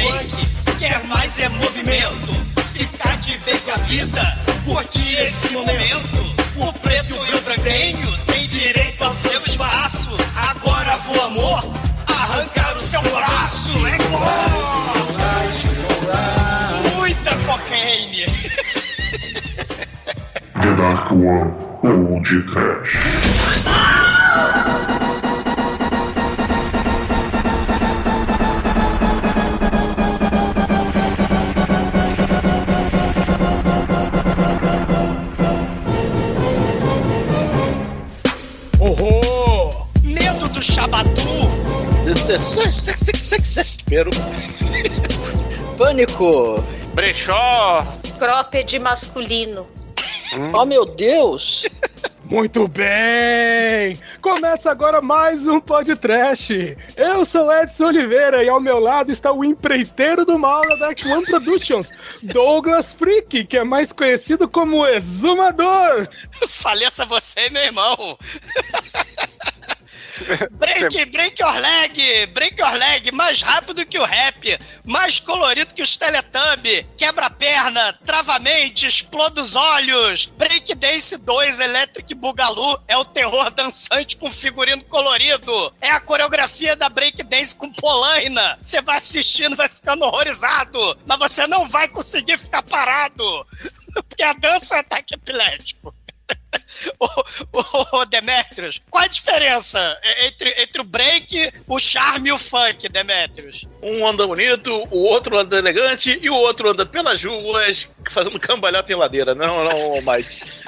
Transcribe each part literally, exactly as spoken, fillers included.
break, quer mais é movimento. Ficar de bem com a vida, curtir esse momento. O preto e o branquinho tem direito ao seu espaço. Agora vou, amor, arrancar o seu braço. É bom! Muita cocaine. The Dark One ou de Trash. Horror! Medo do Xabatu! Desespero! Pânico! Brechó! Cropped masculino. Hum. Oh, meu Deus! Muito bem! Começa agora mais um podcast. Eu sou Edson Oliveira e ao meu lado está o empreiteiro do mal da Dark One Productions, Douglas Freak, que é mais conhecido como Exumador. Faleça você, meu irmão! Break, break your leg, break your leg, mais rápido que o rap, mais colorido que os Teletubbies, quebra a perna, trava a mente, exploda os olhos. Break Dance dois Electric Boogaloo é o terror dançante com figurino colorido. É a coreografia da Break Dance com Polaina. Você vai assistindo, vai ficando horrorizado, mas você não vai conseguir ficar parado, porque a dança é ataque epilético. Ô, ô, ô, Demetrius, qual a diferença entre, entre o break, o charme e o funk, Demetrius? Um anda bonito, o outro anda elegante e o outro anda pelas ruas fazendo cambalhota em ladeira. Não, não, mais.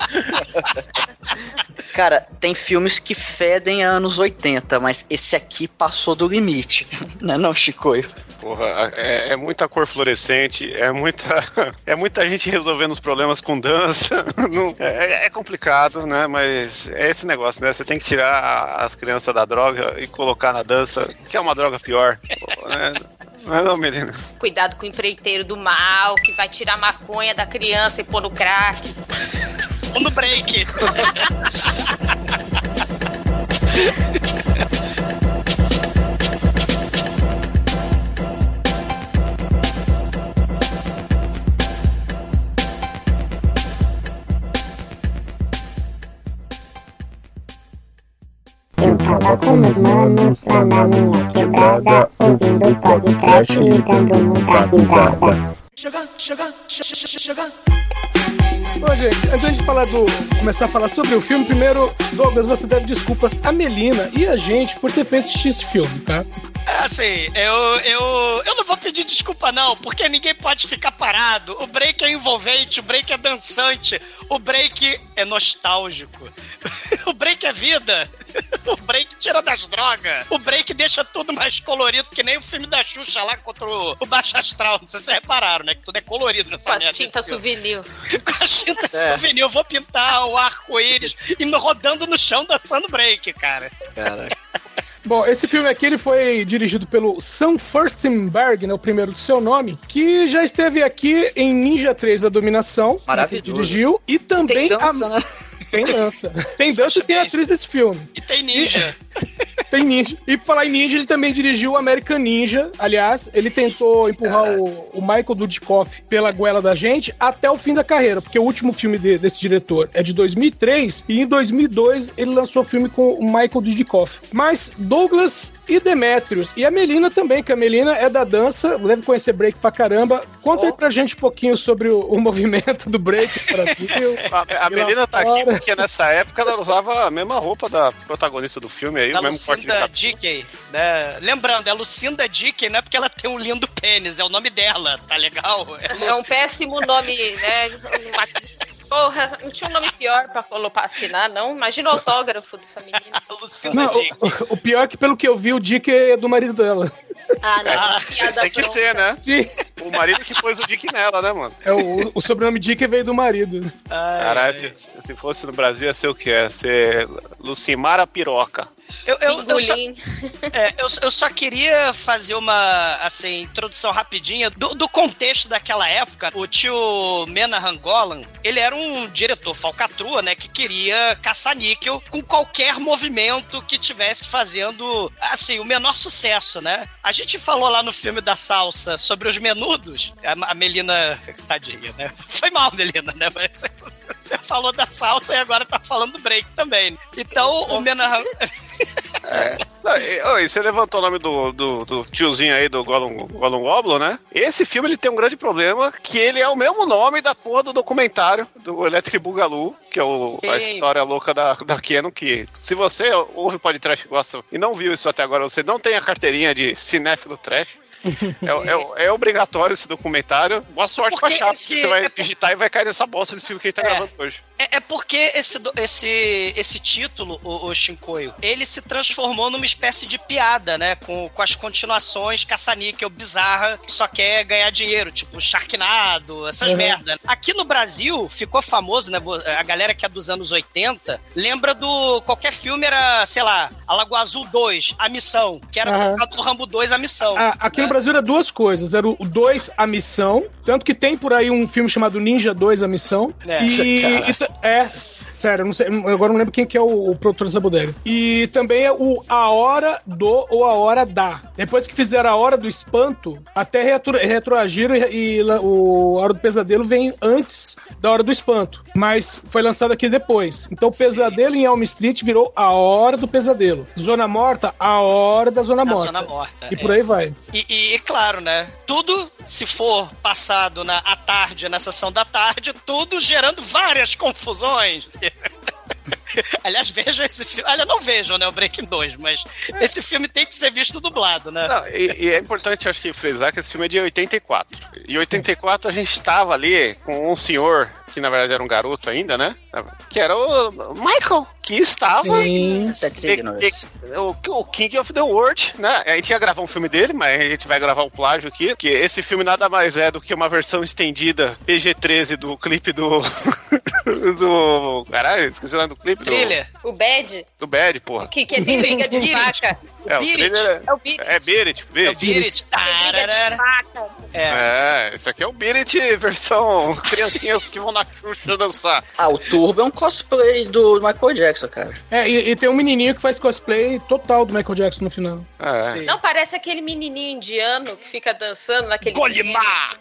Cara, tem filmes que fedem a anos oitenta, mas esse aqui passou do limite. Não é não, Chicoio? Porra, é, é muita cor fluorescente, é muita, é muita gente resolvendo os problemas com dança. Não, é, é complicado, né? Mas é esse negócio, né? Você tem que tirar as crianças da droga e colocar na dança, que é uma droga pior. Né? Não é não, menina? Cuidado com o empreiteiro do mal, que vai tirar a maconha da criança e pôr no crack. Ou no break. Eu tava com meus manos lá na minha quebrada, ouvindo o podcast e dando muita risada. Chega, chega, chega, chega. Bom, gente, antes de falar do, começar a falar sobre o filme, primeiro, Douglas, você deve desculpas a Melina e a gente por ter feito esse filme, tá? É assim, eu, eu, eu não vou pedir desculpa não, porque ninguém pode ficar parado. O break é envolvente, o break é dançante, o break é nostálgico, o break é vida, o break tira das drogas, o break deixa tudo mais colorido, que nem o filme da Xuxa lá contra o, o Baixo Astral. Não sei se vocês repararam, né? Que tudo é colorido nessa merda. Com as tintas souvenir. Com as tintas é. souvenir. Eu vou pintar o arco-íris e me rodando no chão dançando break, cara. Caraca. Bom, esse filme aqui ele foi dirigido pelo Sam Firstenberg, né, o primeiro do seu nome, que já esteve aqui em Ninja três da Dominação. Maravilhoso. Que dirigiu, e também... Tem dança, a... né? Tem dança. Tem dança e tem atriz desse filme. E tem ninja. E... Tem ninja. E por falar em ninja, ele também dirigiu o American Ninja. Aliás, ele tentou empurrar o, o Michael Dudikoff pela goela da gente até o fim da carreira, porque o último filme de, desse diretor é de dois mil e três e em dois mil e dois ele lançou filme com o Michael Dudikoff. Mas Douglas e Demetrius, e a Melina também, que a Melina é da dança, deve conhecer break pra caramba. Conta oh. aí pra gente um pouquinho sobre o, o movimento do break no Brasil. A, a Melina tá aqui porque nessa época ela usava a mesma roupa da protagonista do filme aí, da o mesmo corte de cabelo. Dickey, né? Lembrando, é Lucinda Dickey, não é porque ela tem um lindo pênis, é o nome dela, tá legal? É, é um péssimo nome, né? Uma... Porra, não tinha um nome pior pra, pra assinar, não? Imagina o autógrafo dessa menina. Lucinda não, Dickey. O, o pior é que, pelo que eu vi, o Dickey é do marido dela. Ah, não. Ah, tem que ser, né? Sim. O marido que pôs o Dick nela, né, mano? É, o, o sobrenome Dick veio do marido. Caralho, se, se fosse no Brasil, ia ser o quê? Ia ser Lucimara Piroca. Eu, eu, eu, só, é, eu, eu só queria fazer uma assim, introdução rapidinha do, do contexto daquela época. O tio Menahan Golan, ele era um diretor falcatrua, né, que queria caçar níquel com qualquer movimento que tivesse fazendo, assim, o menor sucesso, né? A gente falou lá no filme da Salsa sobre os menudos. A, a Melina, tadinha, né? Foi mal, Melina, né? Mas você falou da Salsa e agora tá falando do break também. Então, o Menahan... É. Não, e você levantou o nome do, do, do tiozinho aí do Gollum, Gollum Goblin, né? Esse filme ele tem um grande problema, que ele é o mesmo nome da porra do documentário do Electric Boogaloo, que é o, a história louca da, da Canon, que se você ouve o podcast gosta e não viu isso até agora, você não tem a carteirinha de cinéfilo trash. É, é, é obrigatório esse documentário. Boa sorte porque pra achar, esse, porque você vai é digitar por... e vai cair nessa bosta desse filme que a gente tá é, gravando hoje. É, é porque esse, esse, esse título, o, o Shinkoio, ele se transformou numa espécie de piada, né? Com, com as continuações caça-níquel bizarra que só quer ganhar dinheiro, tipo Sharknado, essas uhum. merdas. Aqui no Brasil ficou famoso, né? A galera que é dos anos oitenta lembra do... Qualquer filme era, sei lá, Alagoa Azul dois, A Missão, que era uhum. por causa do Rambo dois, A Missão. Ah, aqui né? no Brasil era duas coisas. Era o dois, A Missão. Tanto que tem por aí um filme chamado Ninja dois, A Missão. É, e, e é... Sério, eu não sei, agora não lembro quem que é o, o produtor dessa bodega. E também é o A Hora do ou A Hora da. Depois que fizeram A Hora do Espanto, até retro, retroagiram e, e o A Hora do Pesadelo vem antes da Hora do Espanto. Mas foi lançado aqui depois. Então o Pesadelo em Elm Street virou A Hora do Pesadelo. Zona Morta, A Hora da Zona da Morta. Zona Morta. E é. por aí vai. E, e, e claro, né? Tudo, se for passado na, à tarde, na sessão da tarde, tudo gerando várias confusões. Aliás, vejam esse filme. Olha, não vejam, né, o Breaking dois, mas esse filme tem que ser visto dublado, né? Não, e, e é importante, acho que, frisar que esse filme é de oitenta e quatro. E em oitenta e quatro a gente estava ali com um senhor, que na verdade era um garoto ainda, né? Que era o Michael, que estava... Sim, de, de, o, o King of the World, né? A gente ia gravar um filme dele, mas a gente vai gravar um plágio aqui, que esse filme nada mais é do que uma versão estendida P G treze do clipe do... do... Caralho, esqueci o nome do clipe. Thriller. Do... O Bad. Do Bad, porra. Que, que tem briga de faca. É, o Thriller é o Beat. É Beat. É o Beat. É, isso aqui é o Beat versão criancinhas que vão na Xuxa dançar. Ah, o Turbo é um cosplay do Michael Jackson, cara. É, e, e tem um menininho que faz cosplay total do Michael Jackson no final. É. Não, parece aquele menininho indiano que fica dançando naquele... Golimar!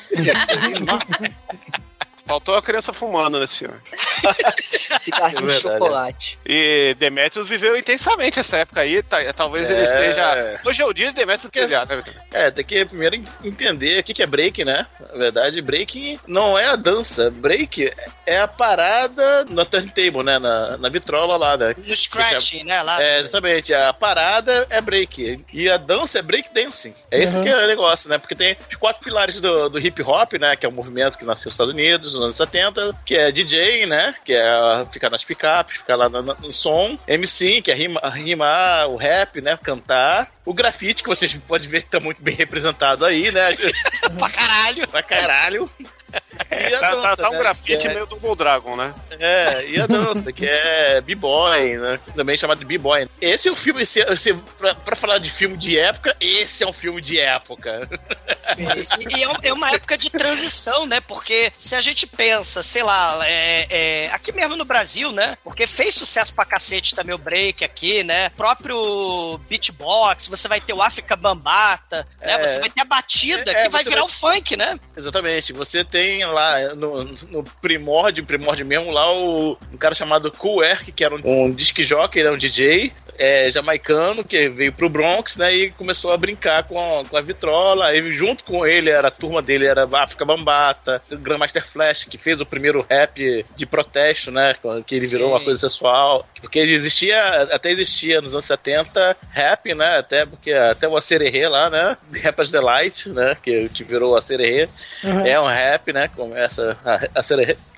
Faltou a criança fumando nesse filme. Cigarrinho de chocolate. E Demetrius viveu intensamente essa época aí. Tá, talvez é... ele esteja... Hoje é o dia de Demetrius criar, né? É, tem que primeiro entender o que é break, né? Na verdade, break não é a dança. Break é a parada no turntable, né? Na, na vitrola lá, né? No scratching, né? Lá. É, exatamente. A parada é break. E a dança é break dancing. É esse uhum. que é o negócio, né? Porque tem os quatro pilares do, do hip hop, né? Que é um movimento que nasceu nos Estados Unidos, nos anos setenta, que é D J, né? Que é ficar nas picapes, ficar lá no, no som. M C, que é rimar, rimar, o rap, né? Cantar. O grafite, que vocês podem ver que tá muito bem representado aí, né? Pra caralho! Pra caralho! É, tá, dança, tá, tá um né? grafite é... meio Double Dragon, né? É, e a dança, que é B-Boy, né? Também chamado de B-Boy. Esse é o filme, esse, esse, pra, pra falar de filme de época, esse é um filme de época. Sim, e é, é uma época de transição, né? Porque se a gente pensa, sei lá, é, é, aqui mesmo no Brasil, né? Porque fez sucesso pra cacete também o break aqui, né? O próprio beatbox, você vai ter o África Bambata, né? É, você vai ter a batida é, que vai virar vai... o funk, né? Exatamente. Você tem lá no, no primórdio, primórdio mesmo, lá o, um cara chamado Kool Herc, que era um, um disc jockey, né, um D J é, jamaicano, que veio pro Bronx, né, e começou a brincar com a, com a vitrola. Aí junto com ele, era a turma dele, era África Bambata, o Grandmaster Flash, que fez o primeiro rap de protesto, né, que ele virou Sim. uma coisa sexual, porque ele existia, até existia nos anos setenta, rap, né, até porque até o Acererê lá, né, Rappers Delight, né, que virou o Acererê, uhum. é um rap, né, começa a, a ser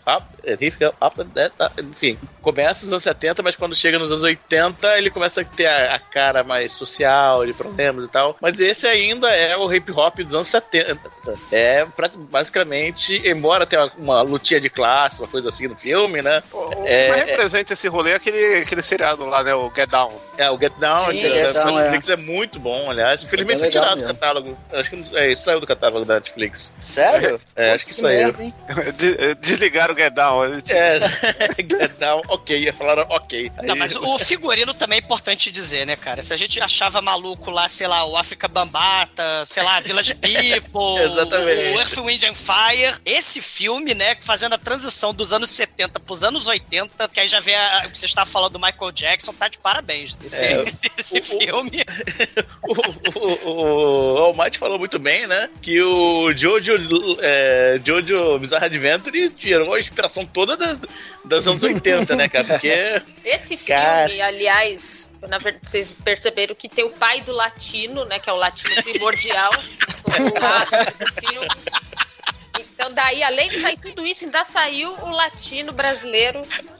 Up, Hip Up, enfim, começa nos anos setenta, mas quando chega nos anos oitenta, ele começa a ter a, a cara mais social, de problemas e tal. Mas esse ainda é o hip hop dos anos setenta. É basicamente, embora tenha uma, uma lutinha de classe, uma coisa assim no filme, né? O que é, mais representa esse rolê é aquele, aquele seriado lá, né? O Get Down. É, o Get Down, Sim, que Get da Down, Netflix é. é muito bom, aliás. Infelizmente É é tirado do mesmo. catálogo. Acho que é, saiu do catálogo da Netflix. Sério? É, acho que saiu. merda, hein? De- Desligaram o Get Down. É, Get Down, ok, falaram ok. Aí, Não, mas o figurino também é importante dizer, né, cara? Se a gente achava maluco lá, sei lá, o África Bambata, sei lá, Village People, Exatamente. o Earth, Wind and Fire, esse filme, né, fazendo a transição dos anos setenta pros anos oitenta, que aí já vê a- o que você está falando do Michael Jackson, tá de parabéns. Esse, É, esse o- filme. o, o, o, o Almighty falou muito bem, né? Que o Jojo, é, Jojo Bizarre Adventure tirou a inspiração toda das, das anos oitenta, né, cara? Porque. Esse filme, Cara. aliás, na verdade, vocês perceberam que tem o pai do latino, né? Que é o latino primordial, o astro do filme. Então, daí, além de sair tudo isso, ainda saiu o latino brasileiro.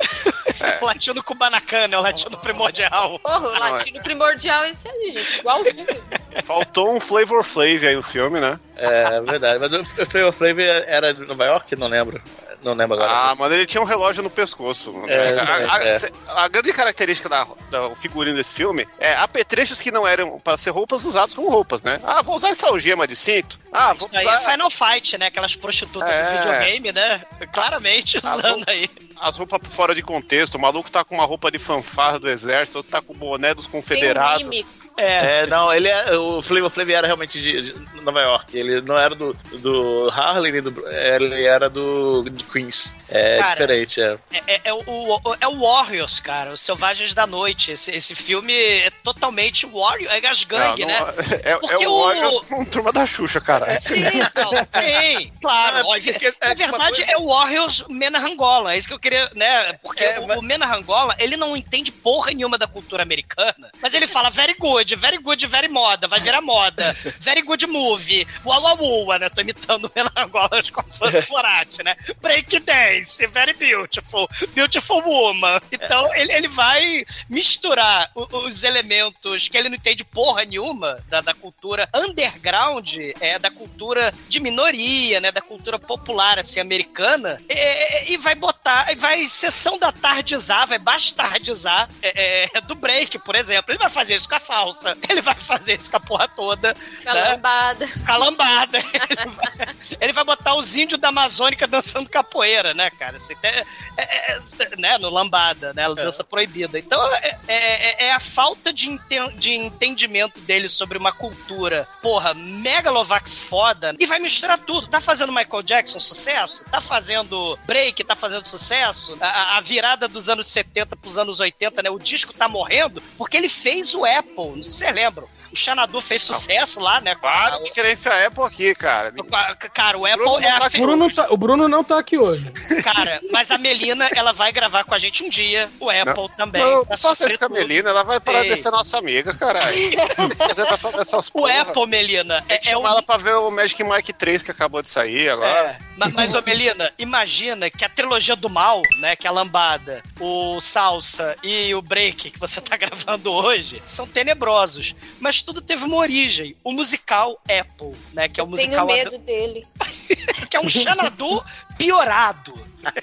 O latino Kubanacan, é o latino primordial. Porra, o latino primordial é esse aí, gente. Igualzinho. Faltou um Flavor Flav aí no filme, né? É verdade, mas o Flavor Flav era de Nova York? Não lembro. Não lembro agora. Ah, mas ele tinha um relógio no pescoço. É, a, a- é. a grande característica da, da figurino desse filme é apetrechos que não eram para ser roupas usados como roupas, né? Ah, vou usar essa algema de cinto. Ah, vou Isso aí é usar Final Fight, né? Aquelas prostitutas É. do videogame, né? Claramente Ah, usando vou- aí. as roupas fora de contexto. O maluco tá com uma roupa de fanfarra do exército, outro tá com o boné dos Tem um confederados. mímico. É. É, não, ele é. O Flavor Flav era realmente de, de Nova York. Ele não era do, do Harlem, nem do. Ele era do, do Queens. É Cara, diferente, é. É, é, o, o- é o Warriors, cara, os Selvagens da Noite. Esse, esse filme é totalmente Warrior, é as gangue, Não, não- né? É, Porque é o o- Warriors com turma da Xuxa, cara. Sim, não, sim, claro. É, óbvio. porque é Na uma verdade, coisa- é o Warriors Mena Rangola. É isso que eu queria, né? Porque É, o, mas- o Mena Rangola, ele não entende porra nenhuma da cultura americana, mas ele fala very good, very good, very moda, vai virar moda, very good movie, uau, uau, uau, né? Tô imitando o Mena Rangola com a fã do Borat, né? Break dance, very beautiful, beautiful woman. Então, ele, ele vai misturar o- os elementos que ele não entende porra nenhuma da, da cultura underground, é, da cultura de minoria, né, da cultura popular, assim, americana, é, e vai botar, e vai sessão da tardizar, vai bastardizar é, é, do break, por exemplo. Ele vai fazer isso com a salsa, ele vai fazer isso com a porra toda, né, Calambada. com a lambada. Ele vai, ele vai botar os índios da Amazônica dançando capoeira, né, cara? Assim, é, é, é, né, no lambada, né, a dança proibida. Então, é, é, é a falta de, enten- de entendimento dele sobre uma cultura, porra, megalovax foda, e vai misturar tudo. Tá fazendo Michael Jackson sucesso? Tá fazendo break, tá fazendo sucesso? A, a virada dos anos setenta pros anos oitenta, né, o disco tá morrendo porque ele fez o Apple, não sei se vocês lembram. O Xanadu fez sucesso lá, né? com a- Para de querer enfiar a Apple aqui, cara. com a- Cara, o Apple Bruno é a tá O Bruno, não tá, o Bruno não tá aqui hoje. Cara, mas a Melina, ela vai gravar com a gente um dia. O Apple também. Não, não Vai faça sofrer isso com a tudo. Melina, ela vai parar Sei. de ser nossa amiga, caralho. Você vai fazer essas O porra. Apple, Melina, Tem que é, é chamar um... ela pra ver o Magic Mike três que acabou de sair agora. É, ma- mas, ô Melina, imagina que a trilogia do mal, né, que é a lambada, o salsa e o break que você tá gravando hoje, são tenebrosos. Mas tudo teve uma origem. O musical Apple, né, que é o Tenho musical... medo dele. que é um Xanadu piorado.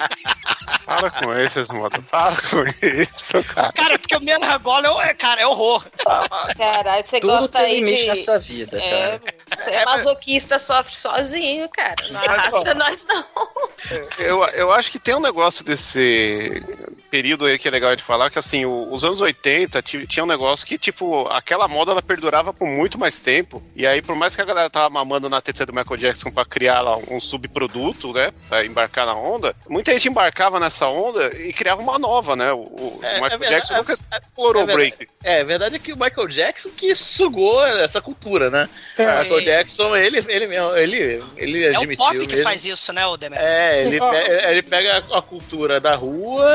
Para com esses, modo. Para com isso, cara. Cara, porque o Mena Rangola é, cara, é horror. Caralho, você Tudo gosta tem aí limite de... nessa vida, É, cara. você é masoquista, sofre sozinho, cara. Não arrasta nós, não. Eu, eu acho que tem um negócio desse período aí que é legal de falar, que assim, o- os anos oitenta ti- tinha um negócio que, tipo, aquela moda ela perdurava por muito mais tempo. E aí, por mais que a galera tava mamando na teta do Michael Jackson pra criar lá um subproduto, né? Pra embarcar na onda, muita gente embarcava nessa onda e criava uma nova, né? O, o É, Michael é verdade, Jackson é- nunca explorou é o break. verdade. É, a verdade é que o Michael Jackson que sugou essa cultura, né? É. O Michael Sim. Jackson, ele, ele mesmo, ele, ele É o admitiu. pop que ele- faz isso, né, o Demet? É, Sim, ele, ó. pe- ele pega a cultura da rua e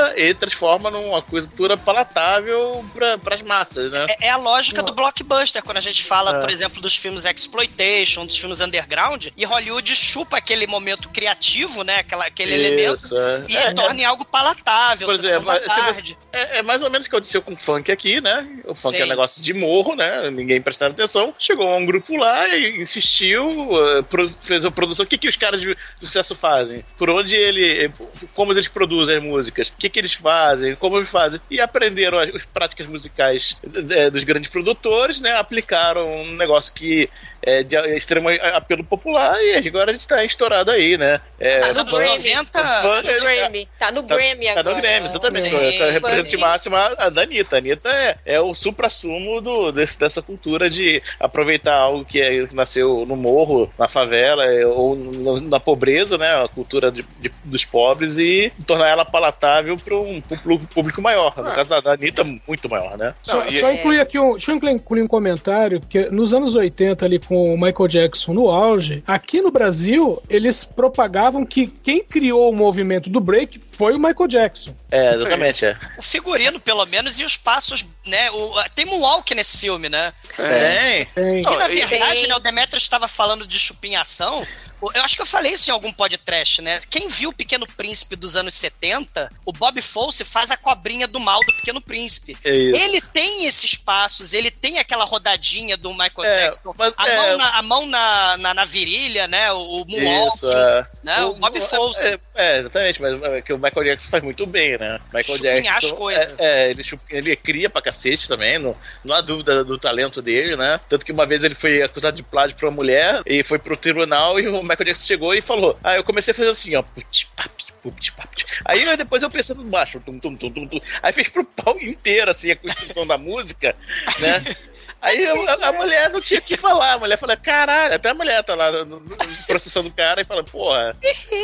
transforma numa cultura palatável para as massas, né? É, é a lógica do blockbuster, quando a gente fala, É. por exemplo, dos filmes exploitation, dos filmes underground, e Hollywood chupa aquele momento criativo, né? Aquela, aquele elemento, Isso, é. e É, torna em algo palatável, Por sessão exemplo, da se você- tarde. É, é mais ou menos o que aconteceu com o funk aqui, né? O funk Sim. é um negócio de morro, né? Ninguém prestava atenção. Chegou um grupo lá e insistiu, uh, pro- fez a produção. O que, que os caras de sucesso fazem? Por onde ele... Como eles produzem as músicas? O que, que eles fazem? Como eles fazem? E aprenderam as, as práticas musicais eh, dos grandes produtores, né? Aplicaram um negócio que é de extremo apelo popular e agora a gente tá estourado aí, né? É, Nos anos funk- noventa, funk- No Grammy. Tá no Tá- Grammy Tá agora. no Grammy, exatamente. Sim. Com a representante Funk. máxima a da Anitta. A Anitta é, é o supra-sumo do, desse, dessa cultura de aproveitar algo que, é, que nasceu no morro, na favela, é, ou no- na pobreza, né? A cultura de, de- dos pobres e tornar ela palatável para um público, público maior. No Ah. caso da, da Anitta, muito maior, né? Só, Não, e- só incluir aqui um, deixa eu incluir um comentário, porque nos anos oitenta, ali com o Michael Jackson no auge, aqui no Brasil, eles propagavam que quem criou o movimento do break foi o Michael Jackson. É, exatamente, é. O figurino, pelo menos, e os passos, né? O, tem moonwalk nesse filme, né? Tem. Tem. Que, na Não, e- verdade, Tem. né, o Demetrius estava falando de chupinhação. O- Eu acho que eu falei isso em algum podcast, né? Quem viu o Pequeno Príncipe dos anos setenta, o Bob Fosse faz a cobrinha do mal do Pequeno Príncipe. É isso. Ele tem esses passos, ele tem aquela rodadinha do Michael É, Jackson. mas A é- mão, na, a mão na, na, na virilha, né? O, o moonwalk, Isso, é. né? O, Bob Fosse. É, é, exatamente, mas é que o Michael Jackson faz muito bem, né? Michael Chupinhar Jackson. as coisas. É, é, ele, chup- ele cria pra cacete também, não, não há dúvida do talento dele, né? Tanto que uma vez ele foi acusado de plágio pra uma mulher e foi pro tribunal e o Michael Jackson chegou e falou: ah, eu comecei a fazer assim, ó. Puti, papi, puti, papi. Aí eu- depois eu pensando baixo, tum, tum, tum, tum, tum. Aí fez pro pau inteiro, assim, a construção da música, né? Aí eu- a, a mulher não tinha o que falar. A mulher falou, caralho, até a mulher tá lá no, no, processando o cara e fala, porra.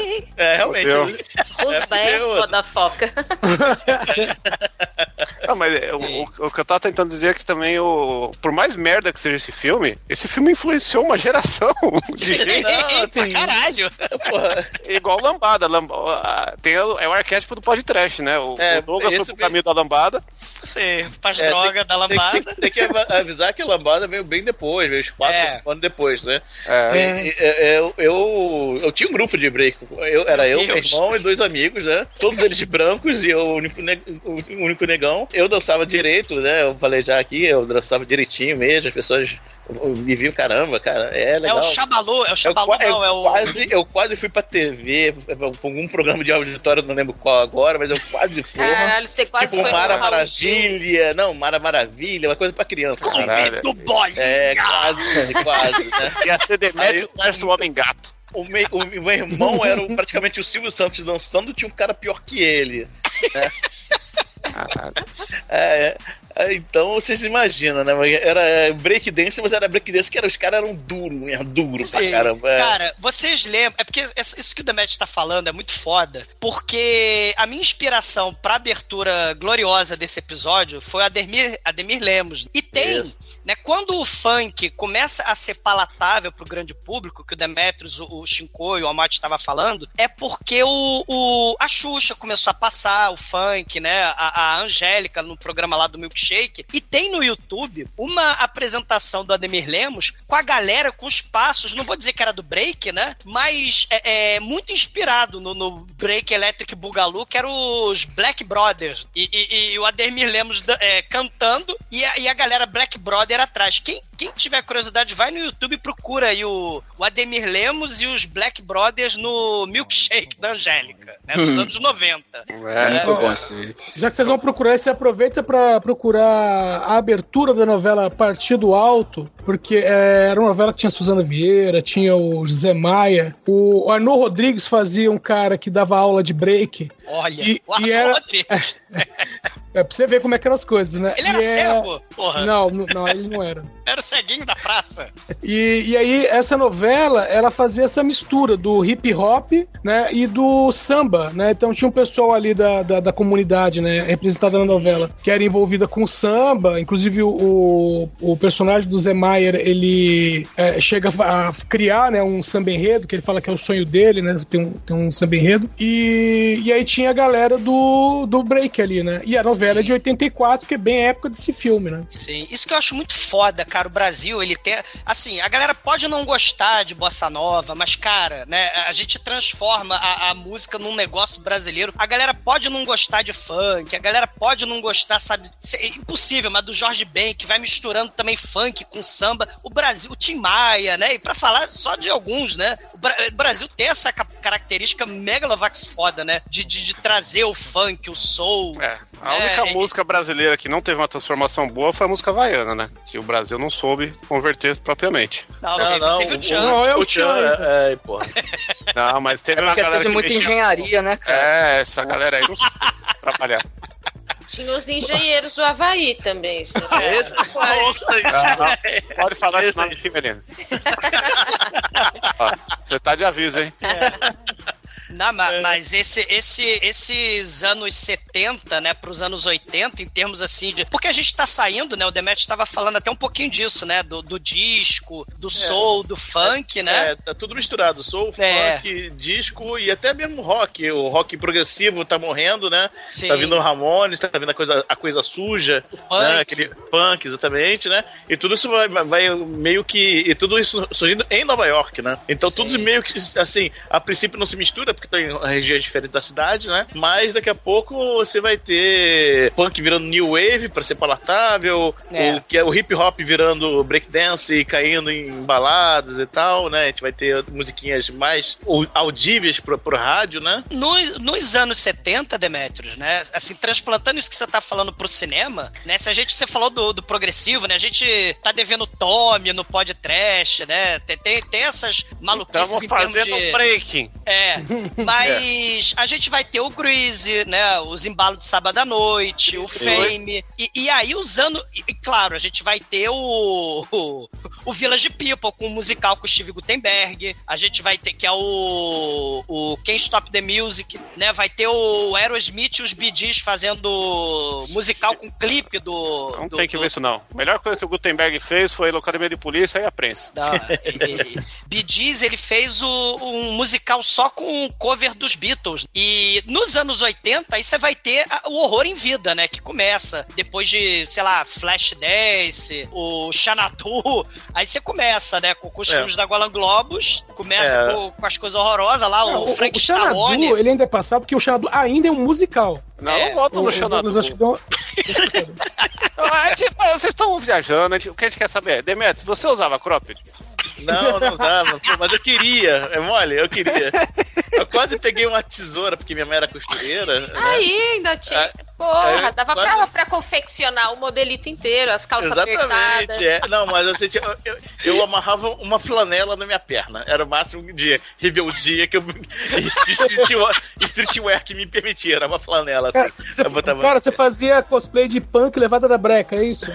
É, realmente. Fudeu. Who's there, fudeu. fodafoca? Não, mas é, o, o- o que eu tava tentando dizer é que também, o, por mais merda que seja esse filme, esse filme influenciou uma geração de gente. Não, pra assim, caralho. porra. Igual lambada. Lamba, a- tem, o- é o arquétipo do podcast, né? O, É, o Douglas foi esse pro mesmo. caminho da lambada. Você faz É, droga da Tem, lambada. tem, tem que av- avisar que a lambada veio bem depois, veio uns quatro É. cinco anos depois, né? É, É. E- e- é, Eu, eu, eu tinha um grupo de break. Eu, era eu, Meu meu Deus. irmão e dois amigos, né? Todos eles brancos e eu o único, ne- o único negão. Eu dançava direito, né? Eu falei já aqui, eu dançava direitinho mesmo, as pessoas me viam, caramba, cara, é É legal. o Chabalu, é o Eu, Chabalu, qua- eu não, é o. quase, eu quase fui pra T V, pra algum programa de auditório, não lembro qual agora, mas eu quase fui. Caralho, você quase Tipo, foi Mara no Raul Gil. Maravilha. Não, Mara Maravilha, uma coisa pra criança. assim. Caralho. Do bolinha. É, quase, quase, né? Ia ser Demetrio versus o Homem-Gato. O, me, o meu irmão era o- praticamente o Silvio Santos dançando, tinha um cara pior que ele. Caralho. É, é. É, então vocês imaginam, né? Era é, breakdance, mas era breakdance que era, os caras eram duros, mesmo, duro pra Sim. caramba. É. Cara, vocês lembram. É porque essa- isso que o Demet tá falando é muito foda. Porque a minha inspiração pra abertura gloriosa desse episódio foi o Ademir, Ademir Lemos. E tem, Isso. né? Quando o funk começa a ser palatável pro grande público, que o Demetrius, o, o Shinkoi e o Amate estava falando, é porque o, o, a Xuxa começou a passar o funk, né? A, a Angélica no programa lá do Milkshake. E tem no YouTube uma apresentação do Ademir Lemos com a galera, com os passos, não vou dizer que era do break, né? Mas é, é muito inspirado no, no break Electric Boogaloo, que eram os Black Brothers. E, e- e o Ademir Lemos é, cantando e a, e a galera Black Brother atrás. Quem, quem tiver curiosidade, vai no YouTube e procura aí o, o Ademir Lemos e os Black Brothers no Milkshake da Angélica, né? Dos anos noventa. É, muito bom esse vídeo. Já que vocês vão procurar, você aproveita pra procurar a abertura da novela Partido Alto, porque é, era uma novela que tinha Suzana Vieira, tinha o José Maia, o Arnô Rodrigues fazia um cara que dava aula de break. Olha, E- o e era- Arnô Rodrigues. É pra você ver como é que eram as coisas, né? Ele era E é- cego, porra. Não, não, não, ele não era. Era o ceguinho da praça. E, e aí, essa novela, ela fazia essa mistura do hip hop, né, e do samba, né? Então tinha um pessoal ali da, da, da comunidade, né, representada na novela, que era envolvida com samba. Inclusive, o, o personagem do Zé Maier, ele é, chega a criar, né, um samba enredo, que ele fala que é o sonho dele, né? Tem um, tem um samba enredo. E, e aí tinha a galera do, do break ali, né? E a novela é de oitenta e quatro, que é bem a época desse filme, né? Sim, isso que eu acho muito foda, cara. O Brasil, ele tem... Assim, a galera pode não gostar de bossa nova, mas, cara, né, a gente transforma a, a música num negócio brasileiro. A galera pode não gostar de funk, a galera pode não gostar, sabe? É impossível, mas do Jorge Ben, que vai misturando também funk com samba. O Brasil, o Tim Maia, né? E pra falar só de alguns, né? O, Bra- o Brasil tem essa ca- característica megalovax foda, né? De, de, de trazer o funk, o soul. É, a única é, música brasileira que não teve uma transformação boa foi a música havaiana, né? Que o Brasil não soube converter propriamente. Não, Não, teve, não, teve o o- Tchan. Não, é o O Tchan, Tchan. é, é, porra. Não, mas teve É uma porque galera teve que muita mexia- engenharia, né, cara? É, essa galera aí não sabe trabalhar. Tinha os engenheiros do Havaí também. será? Esse, nossa, Ah, pode falar esse nome aqui, Melina. Ó, você tá de aviso, hein? Não, ma- mas esse, esse, esses anos setenta, né, pros anos oitenta, em termos assim de... Porque a gente tá saindo, né, o Demetrio tava falando até um pouquinho disso, né, do, do disco, do soul, do funk, né? É, tá tudo misturado. Soul, É. funk, disco e até mesmo rock. O rock progressivo tá morrendo, né? Sim. Tá vindo o Ramones, tá vindo a coisa, a coisa suja, punk. né? Aquele punk, exatamente, né? E tudo isso vai, vai meio que... E tudo isso surgindo em Nova York, né? Então Sim. tudo meio que, assim, a princípio não se mistura, porque tá em regiões diferentes da cidade, né? Mas daqui a pouco você vai ter punk virando new wave pra ser palatável, É. o, que é o hip hop virando breakdance e caindo em baladas e tal, né? A gente vai ter musiquinhas mais audíveis pro, pro rádio, né? Nos, nos anos setenta, Demetrios, né? Assim, transplantando isso que você tá falando pro cinema, né? Se a gente, você falou do, do progressivo, né? A gente tá devendo Tommy no podcast, né? Tem, tem, tem essas maluquices Estamos em termos fazendo de... um breaking. É, mas a gente vai ter o Greasy, né? Os embalos de sábado à noite, o Fame. E, e aí, usando. E, claro, a gente vai ter o, o. O Village People com o musical com o Steve Guttenberg. A gente vai ter que é o. O Can't Stop the Music, né? Vai ter o Aerosmith e os Bee Gees fazendo musical com clipe do. Não do, tem que do, ver isso, não. A melhor coisa que o Gutenberg fez foi a Academia de Polícia e a prensa. Da, e, e, Bee Gees, ele fez o, um musical só com cover dos Beatles. E nos anos oitenta, aí você vai ter a, o Horror em Vida, né? Que começa depois de, sei lá, Flashdance, o Xanadu. Aí você começa, né? Com, com os É. filmes da Golan Globus. Começa É. com, com as coisas horrorosas lá, Não, o Frank o Xanadu, Stallone. ele ainda é passado porque o Xanadu ainda é um musical. Não, É. não volta O- no o Xanadu. Douglas, acho que deu- Ah, tipo, vocês estão viajando. O que a gente quer saber é, Demetrius, você usava cropped? Não, não usava, pô, mas eu queria, é mole, eu queria. Eu quase peguei uma tesoura, porque minha mãe era costureira. Né? Aí ainda tinha. Ah, Porra, é, dava quase- pra, pra confeccionar o modelito inteiro, as calças Exatamente, apertadas. é. Não, mas assim, eu, eu, eu amarrava uma flanela na minha perna. Era o máximo de rebeldia que eu. streetwear, streetwear que me permitia, era uma flanela. Assim. Cara, você, Eu botava- cara, você fazia cosplay de punk levada da breca, é isso?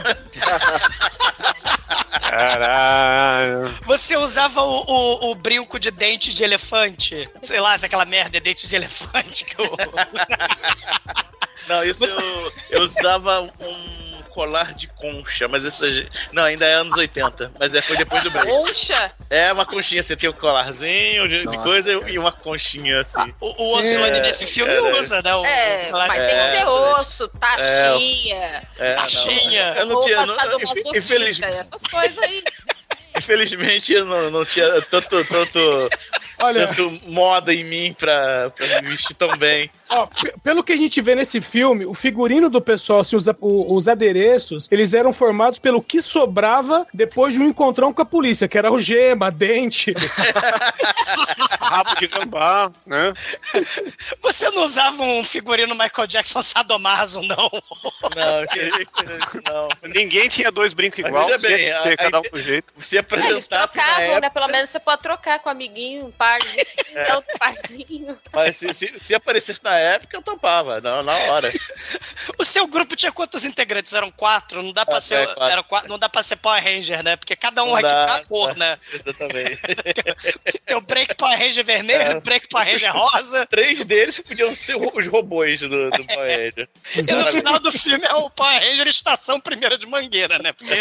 Caralho. Você usava o, o, o brinco de dente de elefante? Sei lá, se aquela merda é dente de elefante que eu... Não, isso Você- eu, eu usava um colar de concha, mas isso. Não, ainda é anos oitenta, mas é, foi depois do break. Concha? É uma conchinha, você tinha um colarzinho de, de Nossa, coisa cara. e uma conchinha assim. O, o Ozone É, nesse filme era- usa, né? O, É, o- mas tem É, que ser osso, taxinha, É, não, Taxinha. eu não tinha. roupa Não, sadomasoquista, infeliz, essas coisas aí. infelizmente eu não, não tinha tanto, tanto, Olha, tanto moda em mim pra, pra me vestir tão bem. ó, p- pelo que a gente vê nesse filme, o figurino do pessoal, assim, os, a- o- os adereços, eles eram formados pelo que sobrava depois de um encontrão com a polícia, que era algema, dente. Rabo de gambá, né? Você não usava um figurino Michael Jackson sadomaso, não? Não, que, que, não. Ninguém tinha dois brincos Mas igual, veja bem, tinha que ser a- cada um aí- do jeito. Se É, eles apresentasse na trocavam, né? época, Pelo menos você pode trocar com o amiguinho, um par parzinho, é. outro parzinho. Mas se, se, se aparecesse na época, eu topava, na, na hora. O seu grupo tinha quantos integrantes? Eram quatro? Não dá pra, ah, ser, é, era quatro, não dá pra ser Power Ranger, né? Porque cada um não aqui dá, tem a cor, tá, né? Exatamente. tem, tem o Break Power Ranger vermelho, é. o Break Power Ranger rosa. Três deles podiam ser os robôs do, do Power Ranger. E no final do filme é o Power Ranger Estação Primeira de Mangueira, né? Porque...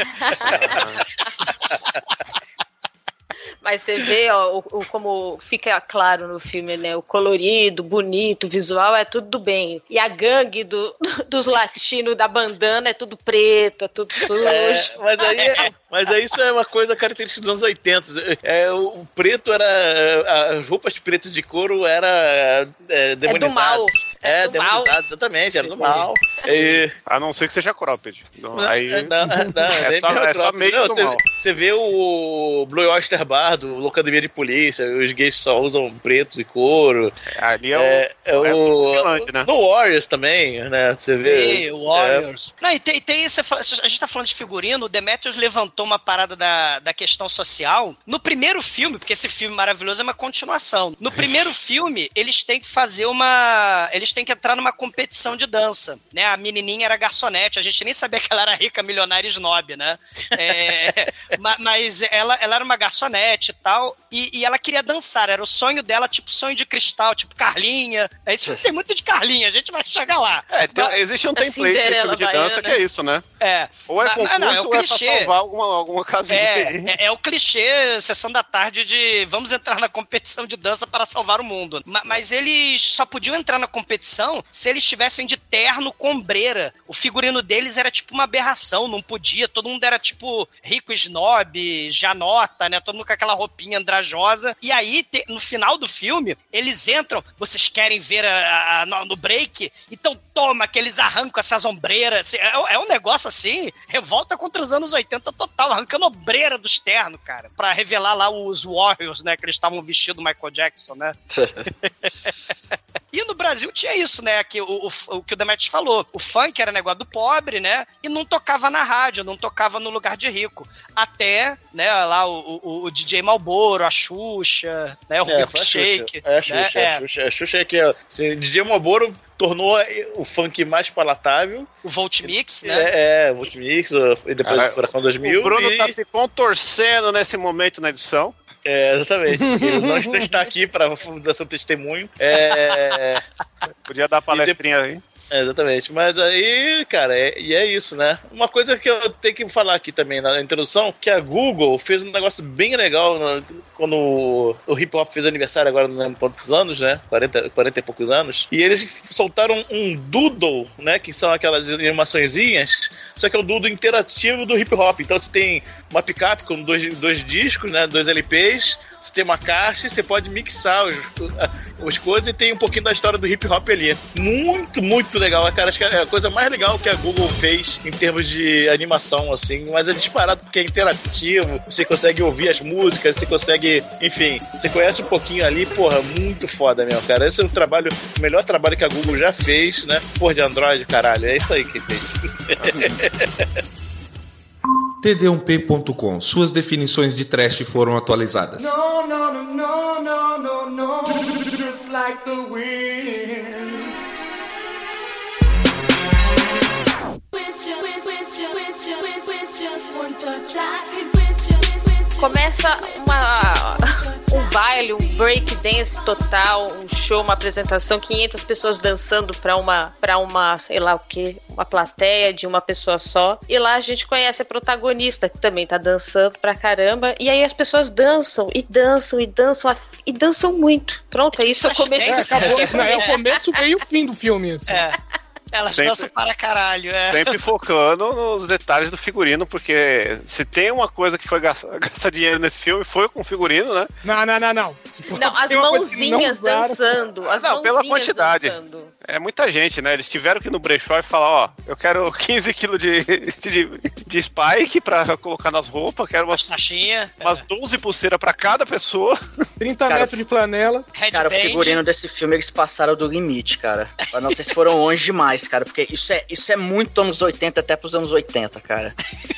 Mas você vê, ó, o, o, como fica claro no filme, né? O colorido, bonito, o visual é tudo do bem. E a gangue do, dos latinos da bandana é tudo preto, é tudo sujo. É, mas, aí, é, mas aí isso é uma coisa característica dos anos oitenta. É, o, o preto era... As roupas pretas de couro era é, demonizadas. É do mal. É, é do mal. Exatamente, Sim, era do mal. E... A não ser que seja cropped. Não, aí... não, não, não, é, só, é só meio não, do você, mal. Você vê o Blue Oyster Bar do Locademia de Polícia, os gays só usam pretos e couro. Ali é, é, o, é o, é o né? No Warriors também, né? Você vê. Sim, o Warriors. É. Não, e tem, tem isso, a gente tá falando de figurino, o Demetrius levantou uma parada da, da questão social. No primeiro filme, porque esse filme maravilhoso é uma continuação. No primeiro filme, eles têm que fazer uma... Eles têm que entrar numa competição de dança, né? A menininha era garçonete, a gente nem sabia que ela era rica, milionária e snob, né? É, mas ela, ela era uma garçonete e tal, e, e ela queria dançar, era o sonho dela, tipo sonho de cristal, tipo Carlinha. Isso não tem muito de Carlinha, a gente vai chegar lá. É, tem, existe um template de filme de dança que é isso, né? É. Ou é concurso, não, é o ou clichê. é pra salvar alguma, alguma casinha. É, é, é o clichê, sessão da tarde de vamos entrar na competição de dança para salvar o mundo. Ma, mas eles só podiam entrar na competição se eles estivessem de terno com ombreira. O figurino deles era tipo uma aberração, não podia, todo mundo era tipo rico, snob, janota, né? Todo mundo com aquela roupinha andrajosa. E aí, te, no final do filme, eles entram, vocês querem ver a, a, a, no break? Então toma, que eles arrancam essas ombreiras. É, é um negócio assim, revolta contra os anos oitenta total, arrancando ombreira dos ternos, cara, pra revelar lá os Warriors, né? Que eles estavam vestidos do Michael Jackson, né? E no Brasil tinha isso, né? Que o, o, o que o Demetrius falou. O funk era negócio do pobre, né? E não tocava na rádio, não tocava no lugar de rico. Até, né, lá o, o, o D J Malboro, a Xuxa, né? O é, Milkshake. É a Xuxa, né? é a Xuxa. A Xuxa é que assim, D J Malboro tornou o funk mais palatável. O Volt Mix, né? É, é o Volt Mix, e depois o Furacão dois mil. O Bruno e... tá se contorcendo nesse momento na edição. É, exatamente. Ele não está aqui para dar seu testemunho. É... Podia dar palestrinha aí. É, exatamente. Mas aí, cara, é, e é isso, né? Uma coisa que eu tenho que falar aqui também na introdução, que a Google fez um negócio bem legal no, quando o, o hip hop fez aniversário agora, não lembro quantos anos, né? quarenta, quarenta e poucos anos. E eles soltaram um doodle, né? Que são aquelas animaçõezinhas, só que é o doodle interativo do hip hop. Então você tem uma picape com dois, dois discos, né? Dois L Ps. Você tem uma caixa e você pode mixar os, as coisas e tem um pouquinho da história do hip hop ali. Muito, muito legal. Cara, acho que é a coisa mais legal que a Google fez em termos de animação, assim. Mas é disparado porque é interativo. Você consegue ouvir as músicas, você consegue... Enfim, você conhece um pouquinho ali. Porra, muito foda mesmo, cara. Esse é o trabalho, o melhor trabalho que a Google já fez, né? Porra de Android, caralho. É isso aí que fez. T D um P ponto com. Suas definições de trash foram atualizadas. No, no, no, no, no, no, no. Just like the wind. Começa uma, um baile, um break dance total, um show, uma apresentação, quinhentas pessoas dançando pra uma, pra uma, sei lá o que, uma plateia de uma pessoa só. E lá a gente conhece a protagonista, que também tá dançando pra caramba. E aí as pessoas dançam, e dançam, e dançam, e dançam muito. Pronto, é isso é o começo. É, acabou, não, é o começo e o fim do filme, isso. É. Elas sempre, dançam para caralho, é. Sempre focando nos detalhes do figurino, porque se tem uma coisa que foi gastar, gastar dinheiro nesse filme, foi com figurino, né? Não, não, não, não. Não, as mãozinhas dançando. As não, pela quantidade. Dançando. É muita gente, né? Eles tiveram que ir no brechó e falar, ó, eu quero quinze quilos de, de, de spike pra colocar nas roupas, quero umas, taxinha, umas é. doze pulseiras pra cada pessoa. trinta cara, metros de flanela. Cara, o figurino desse filme, eles passaram do limite, cara. Eu não sei se foram longe demais, cara, porque isso é, isso é muito anos oitenta, até pros anos oitenta, cara.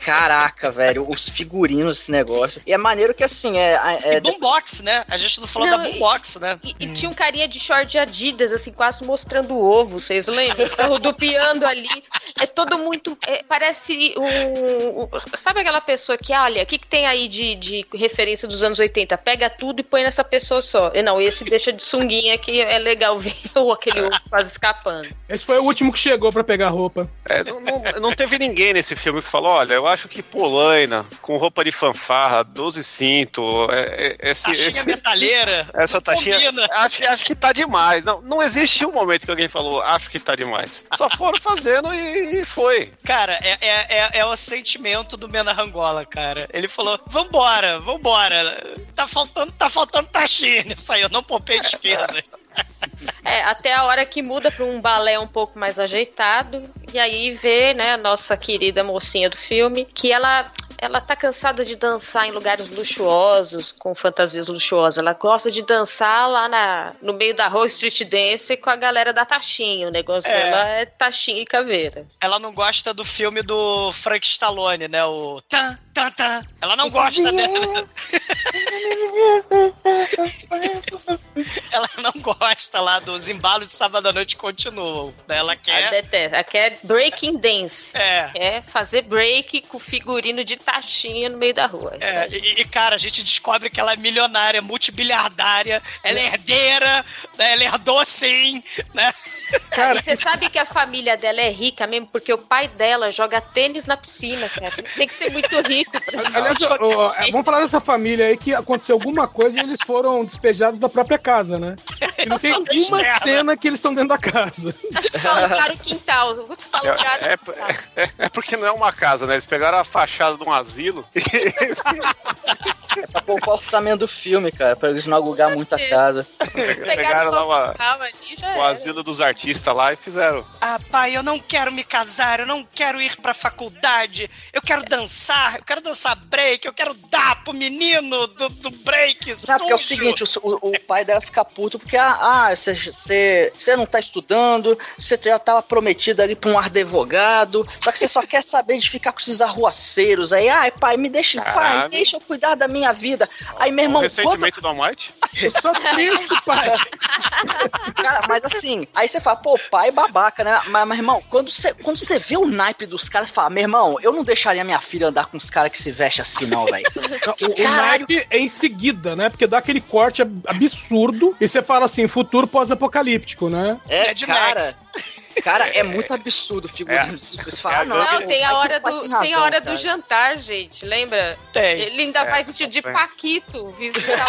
Caraca, velho, os figurinos desse negócio. E é maneiro que assim, é... é e boombox, né? A gente não falou não, da boombox, né? E, e hum. tinha um carinha de short de Adidas, assim, quase mostrando o ovo, vocês lembram? Rodopiando ali. É todo muito... É, parece um, um... Sabe aquela pessoa que, olha, o que, que tem aí de, de referência dos anos oitenta? Pega tudo e põe nessa pessoa só. E não, esse deixa de sunguinha que é legal ver aquele ovo quase escapando. Esse foi o último que chegou pra pegar roupa. É, não, não, não teve ninguém nesse filme que falou, olha, eu acho que polaina, com roupa de fanfarra, doze cinto, é, é, esse, taxinha esse, metalheira, essa taxinha, acho, acho que tá demais. Não, não existe um momento que alguém falou, acho que tá demais. Só foram fazendo e, e foi. Cara, é, é, é, é o sentimento do Mena Rangola, cara. Ele falou, vambora, vambora. Tá faltando, tá faltando taxinha nisso aí, eu não poupei despesa. É, até a hora que muda pra um balé um pouco mais ajeitado, e aí vê, né, a nossa querida mocinha do filme, que ela... Ela tá cansada de dançar em lugares luxuosos, com fantasias luxuosas. Ela gosta de dançar lá na, no meio da rua street dance com a galera da taxinha. O negócio é. dela é taxinha e caveira. Ela não gosta do filme do Frank Stallone, né? O tan, tan, tan. Ela não gosta dela. Ela não gosta lá dos embalos de sábado à noite continuam. Ela quer... Ela detesta. Ela quer breaking dance. É. Quer fazer break com figurino de taxinha no meio da rua. É, e, e, cara, a gente descobre que ela é milionária, multibiliardária, ela é herdeira, né, ela herdou sim, né? Cara, e você sabe que a família dela é rica mesmo, porque o pai dela joga tênis na piscina, cara. Tem que ser muito rico pra Aliás, ó, ó, vamos falar dessa família aí que aconteceu alguma coisa e eles foram despejados da própria casa, né? E não tem uma cena que eles estão dentro da casa. Acho que só alugaram o quintal. Vou te falar, é, é, é, é porque não é uma casa, né? Eles pegaram a fachada de um asilo e... É pra poupar o orçamento do filme, cara, pra eles não alugar muito a casa. Pegaram lá uma, o asilo dos artistas lá e fizeram. Ah, pai, eu não quero me casar, eu não quero ir pra faculdade, eu quero dançar, eu quero dançar break, eu quero dar pro menino do, do break sujo. Sabe que é o seguinte, o, o pai dela fica puto porque, ah, você ah, não tá estudando, você já tava prometido ali pra um advogado, só que você só quer saber de ficar com esses arruaceiros aí, ai, pai, me deixa em paz, deixa eu cuidar da minha vida. Aí, meu irmão... O ressentimento quando... do Almighty? Só triste, pai. Cara, mas assim, aí você fala, pô, pai babaca, né? Mas, mas irmão, quando você, quando você vê o naipe dos caras, você fala, meu irmão, eu não deixaria minha filha andar com os caras que se vestem assim, não, velho. O, o naipe é em seguida, né? Porque dá aquele corte absurdo e você fala assim, futuro pós-apocalíptico, né? É, de cara... Cara, é muito absurdo o figurino. É. Fala, não, não, tem a hora, do, razão, tem a hora do jantar, gente. Lembra? Tem. Ele ainda é, vai vestido de Paquito, visitar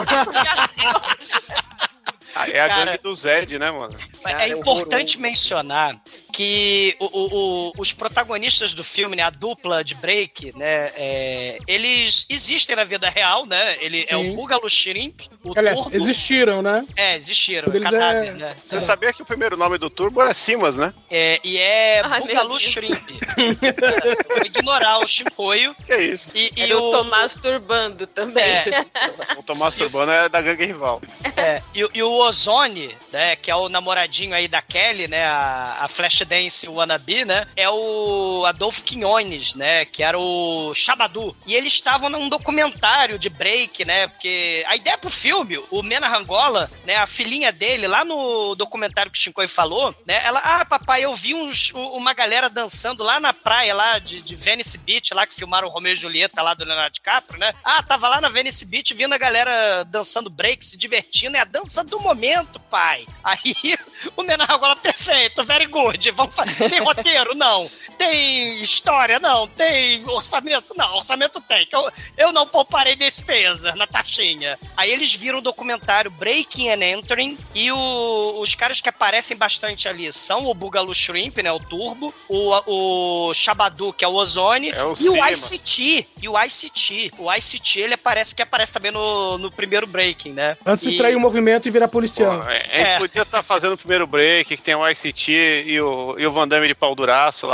o É a Cara, gangue do Zed, né, mano? É, é importante mencionar que o, o, o, os protagonistas do filme, né, a dupla de break, né, é, eles existem na vida real, né? Ele Sim. é o Boogaloo Shrimp, o Aliás, Turbo. existiram, né? É, existiram. É cadáver, é... né? Você é. sabia que o primeiro nome do Turbo é Simas, né? É, e é Ai, Boogaloo Shrimp. é, vou ignorar o Shimpoio. Que é isso? E, e o Tomás Turbando também. É. O Tomás Turbando é da gangue rival. É, e, e o Ozone, né, que é o namoradinho aí da Kelly, né, a, a Flashdance wannabe, né, é o Adolfo Quinones, né, que era o Shabadu. E eles estavam num documentário de break, né, porque a ideia pro filme, o Mena Rangola, né, a filhinha dele, lá no documentário que o Shinkoi falou, né, ela, ah, papai, eu vi uns, uma galera dançando lá na praia, lá de, de Venice Beach, lá que filmaram o Romeo e Julieta, lá do Leonardo DiCaprio, né, ah, tava lá na Venice Beach, vindo a galera dançando break, se divertindo, é a dança do momento, pai. Aí o Mena Rangola, perfeito, very good, vamos fazer. Tem roteiro? Não. Tem história? Não. Tem orçamento? Não. Orçamento tem. Eu, eu não pouparei despesa na taxinha. Aí eles viram o documentário Breaking and Entering e o, os caras que aparecem bastante ali são o Boogaloo Shrimp, né, o Turbo, o, o Shabadu, que é o Ozone, é o e o I C T. E o I C T. O I C T, ele aparece que aparece também no, no primeiro Breaking, né? Antes e... de trair o movimento e virar policial. Pô, a gente é. podia estar fazendo o primeiro break, que tem o I C T e o, e o Van Damme de pau duraço lá.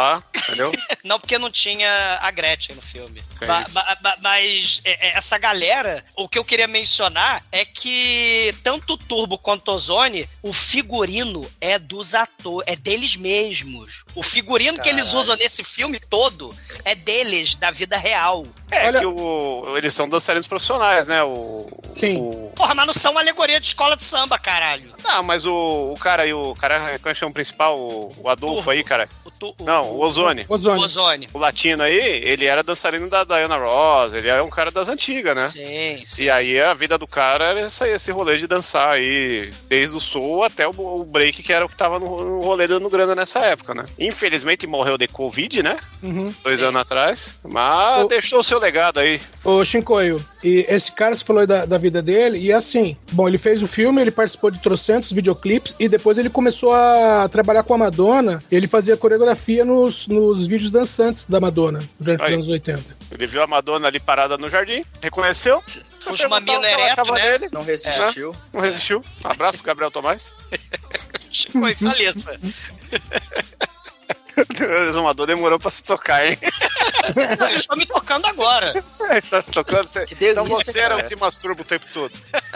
entendeu? Não, porque não tinha a Gretchen no filme. Ba- ba- ba- mas é, é, essa galera, o que eu queria mencionar é que tanto o Turbo quanto o Ozone, o figurino é dos atores, é deles mesmos. O figurino Caralho. que eles usam nesse filme todo é deles, da vida real. É Olha... que o, eles são dançarinos profissionais, né? O, Sim. O... Porra, mas não são alegoria de escola de samba, caralho. Não, mas o, o cara aí, o cara, como é que chama o principal? O, o Adolfo Turbo. aí, cara. O tu, o, não, o Ozone. O Ozone. O Ozone. O latino aí, ele era dançarino da Diana Ross, ele é um cara das antigas, né? Sim, sim. E aí a vida do cara era esse, esse rolê de dançar aí, desde o soul até o, o break, que era o que tava no, no rolê dando grana nessa época, né? Infelizmente morreu de Covid, né? Uhum. Dois Sim. anos atrás. Mas o... deixou o seu legado aí. Ô, Shinkoio, e esse cara, você falou da, da vida dele, e assim, bom, ele fez o filme, ele participou de trocentos videoclipes, e depois ele começou a trabalhar com a Madonna, ele fazia coreografia nos, nos vídeos dançantes da Madonna, durante os anos oitenta. Ele viu a Madonna ali parada no jardim, reconheceu. Os mamilos eretos, né? Não resistiu. É, não resistiu. Um abraço, Gabriel Tomás. Chico, faleça. O exumador demorou pra se tocar, hein? Não, eu estou me tocando agora. Está se tocando? Você... delícia, então você cara. não se masturba o tempo todo.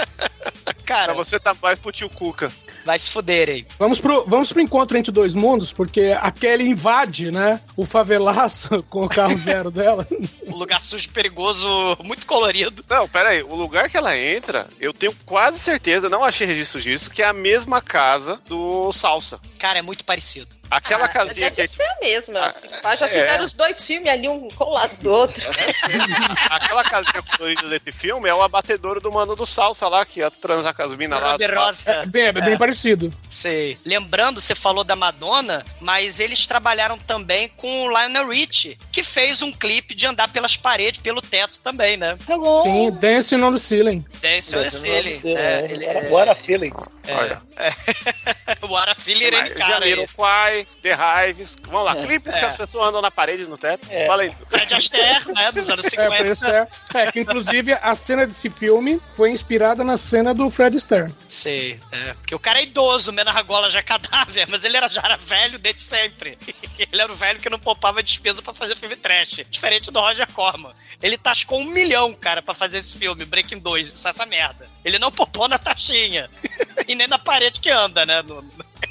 Cara, então você tá mais pro tio Cuca. vai se fuderem. Vamos pro, vamos pro encontro entre dois mundos, porque a Kelly invade, né, o favelaço com o carro zero dela. Um lugar sujo, perigoso, muito colorido. Não, pera aí. O lugar que ela entra, eu tenho quase certeza, não achei registro disso, que é a mesma casa do Salsa. Cara, é muito parecido. Aquela Ah, casinha que deve é ser a mesma. Ah, Assim, pá, já é. fizeram os dois filmes ali, um colado do outro. Aquela casinha colorida desse filme é o abatedouro do mano do Salsa lá, que ia transar com as minas lá. Rosa. É bem, é bem É. parecido. Sei. Lembrando, você falou da Madonna, mas eles trabalharam também com o Lionel Richie, que fez um clipe de andar pelas paredes, pelo teto também, né? Sim, Dancing on the Ceiling. Dance on the Ceiling. Sim, É, é. ele é- What a feeling. Olha. What a feeling ele cara aí. Jamiroquai, The Hives. Vamos lá, clipes É. que as pessoas andam na parede e no teto. É. Fala aí. Fred Astaire, né, dos anos É, cinquenta. por isso é. É, que inclusive a cena desse filme foi inspirada na cena do Fred Astaire. Sei, é. Porque o cara é idoso, o Menargola já é cadáver, mas ele era, já era velho desde sempre. Ele era o velho que não poupava despesa pra fazer filme trash. Diferente do Roger Corman. Ele tascou um milhão, cara, pra fazer esse filme, Breaking dois, isso é essa merda. Ele não poupou na taxinha. E nem na parede que anda, né? No...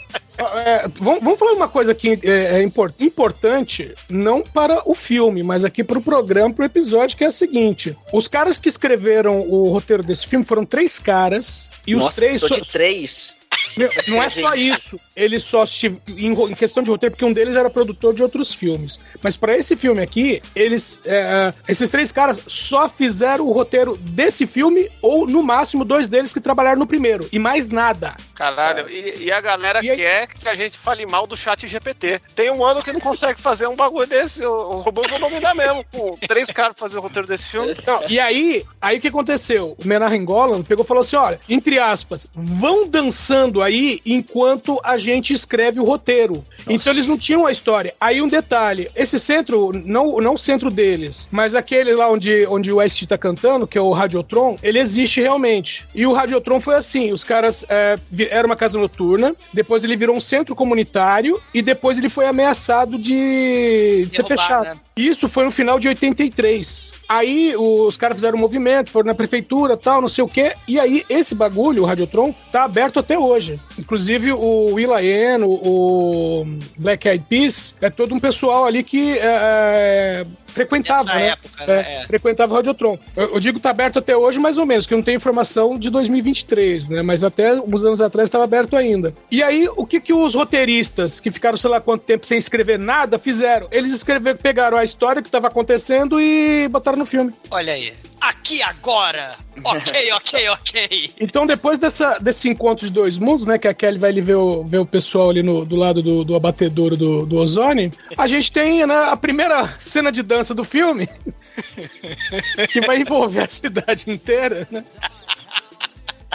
É, vamos, vamos falar uma coisa aqui é, é import- importante, não para o filme, mas aqui para o programa, para o episódio, que é o seguinte: os caras que escreveram o roteiro desse filme foram três caras, e Nossa, os três. só só- de três. Meu, não é só isso. Eles só estive- em, ro- em questão de roteiro, porque um deles era produtor de outros filmes. Mas para esse filme aqui, eles, é, esses três caras só fizeram o roteiro desse filme, ou no máximo dois deles que trabalharam no primeiro, e mais nada. Caralho, e, e a galera E aí- quer que a gente fale mal do chat G P T. Tem um ano que não consegue fazer um bagulho desse. Os robôs vão dominar mesmo. Com três caras pra fazer o roteiro desse filme. Não, e aí, aí o que aconteceu? O Menargolan pegou e falou assim: olha, entre aspas, vão dançando aí enquanto a gente escreve o roteiro. Então eles não tinham a história. Aí um detalhe: esse centro, não, não o centro deles, mas aquele lá onde, onde o Ice-T tá cantando, que é o Radiotron, ele existe realmente. E o Radiotron foi assim: os caras é, vi- era uma casa noturna, depois ele virou um centro comunitário e depois ele foi ameaçado de, de ser Derrubar, fechado. né? Isso foi no final de oitenta e três. Aí os caras fizeram um movimento, foram na prefeitura, tal, não sei o quê. E aí esse bagulho, o Radiotron, tá aberto até hoje. Inclusive o Will.i.am, o o Black Eyed Peas, é todo um pessoal ali que é, frequentava, Nessa né? época, É, né? É. frequentava o Radiotron. Eu, eu digo que tá aberto até hoje, mais ou menos, que eu não tenho informação de dois mil e vinte e três, né? Mas até uns anos atrás estava aberto ainda. E aí, o que que os roteiristas, que ficaram sei lá quanto tempo sem escrever nada, fizeram? Eles escreveram, pegaram a história que estava acontecendo e botaram no filme. Olha aí. Aqui agora. Ok, ok, ok. Então, depois dessa, desse encontro de dois mundos, né, que a Kelly vai ali ver o, ver o pessoal ali no, do lado do, do abatedouro do, do Ozone, a gente tem, né, a primeira cena de dança do filme, que vai envolver a cidade inteira, né?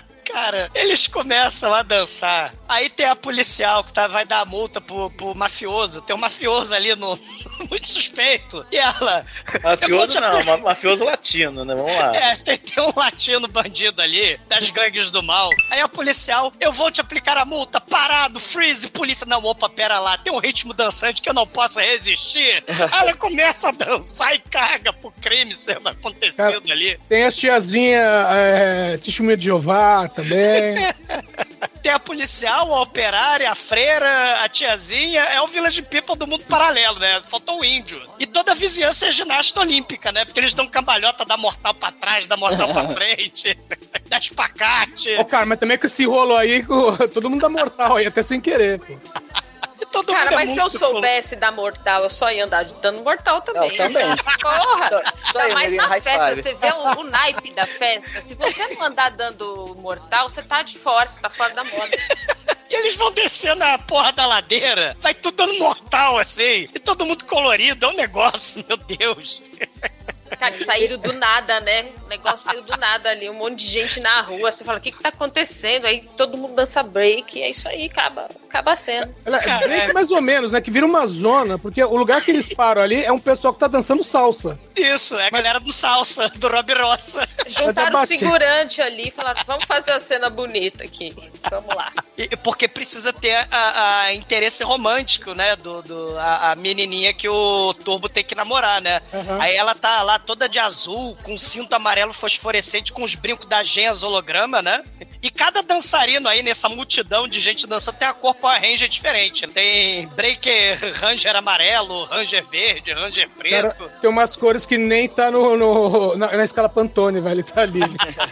Cara, eles começam a dançar. Aí tem a policial que tá, vai dar a multa pro, pro mafioso. Tem um mafioso ali no, muito suspeito. E ela... Mafioso te... não, ma- mafioso latino, né? Vamos lá. É, tem, tem um latino bandido ali, das gangues do mal. Aí a policial, eu vou te aplicar a multa, parado, freeze, polícia. Não, opa, pera lá, tem um ritmo dançante que eu não posso resistir. Aí ela começa a dançar e carga pro crime sendo acontecido. Cara, ali. Tem as tiazinhas, é, Testemunha de Jeová também. Tem a policial, a operária, a freira, a tiazinha. É o Village People do mundo paralelo, né? Faltou o índio. E toda a vizinhança é ginástica olímpica, né? Porque eles dão cambalhota da mortal pra trás, da mortal pra frente, da espacate. Ô, cara, mas também com esse rolo aí, com todo mundo dá mortal aí, até sem querer, pô. Todo Cara, mas é se eu soubesse dar mortal, eu só ia andar dando mortal também. Eu também. Porra! Só aí, mas na high festa, five. você vê o, o naipe da festa. Se você não andar dando mortal, você tá de fora, você tá fora da moda. E eles vão descer na porra da ladeira, vai tudo dando mortal, assim. E todo mundo colorido, é um negócio, meu Deus. Cara, saíram do nada, né? O negócio saiu do nada ali, um monte de gente na rua. Você fala, o que que tá acontecendo? Aí todo mundo dança break, e é isso aí, acaba, acaba sendo. Cara, break mais ou menos, né? Que vira uma zona, porque o lugar que eles param ali é um pessoal que tá dançando salsa. Isso, é a Mas... galera do salsa, do Rob Roça. Juntaram o figurante ali e falaram, vamos fazer uma cena bonita aqui, vamos lá. E, porque precisa ter a, a interesse romântico, né? Do, do, a, a menininha que o Turbo tem que namorar, né? Uhum. Aí ela tá lá toda de azul, com cinto amarelo fosforescente, com os brincos da Gens holograma, né? E cada dançarino aí, nessa multidão de gente dançando, tem a cor Power Ranger diferente. Tem Breaker Ranger amarelo, Ranger verde, Ranger preto. Cara, tem umas cores que nem tá no, no na, na escala Pantone, velho, tá ali.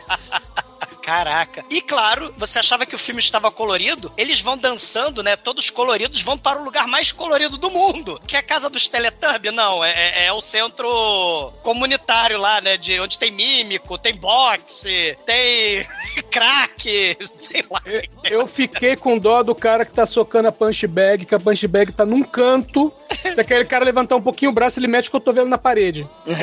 Caraca. E claro, você achava que o filme estava colorido? Eles vão dançando, né? Todos coloridos, vão para o lugar mais colorido do mundo, que é a casa dos Teletubbies. Não, é, é, é o centro comunitário lá, né? De onde tem mímico, tem boxe, tem crack, sei lá. Eu, eu fiquei com dó do cara que tá socando a punch bag, que a punch bag tá num canto. Se aquele cara levantar um pouquinho o braço, ele mete o cotovelo na parede.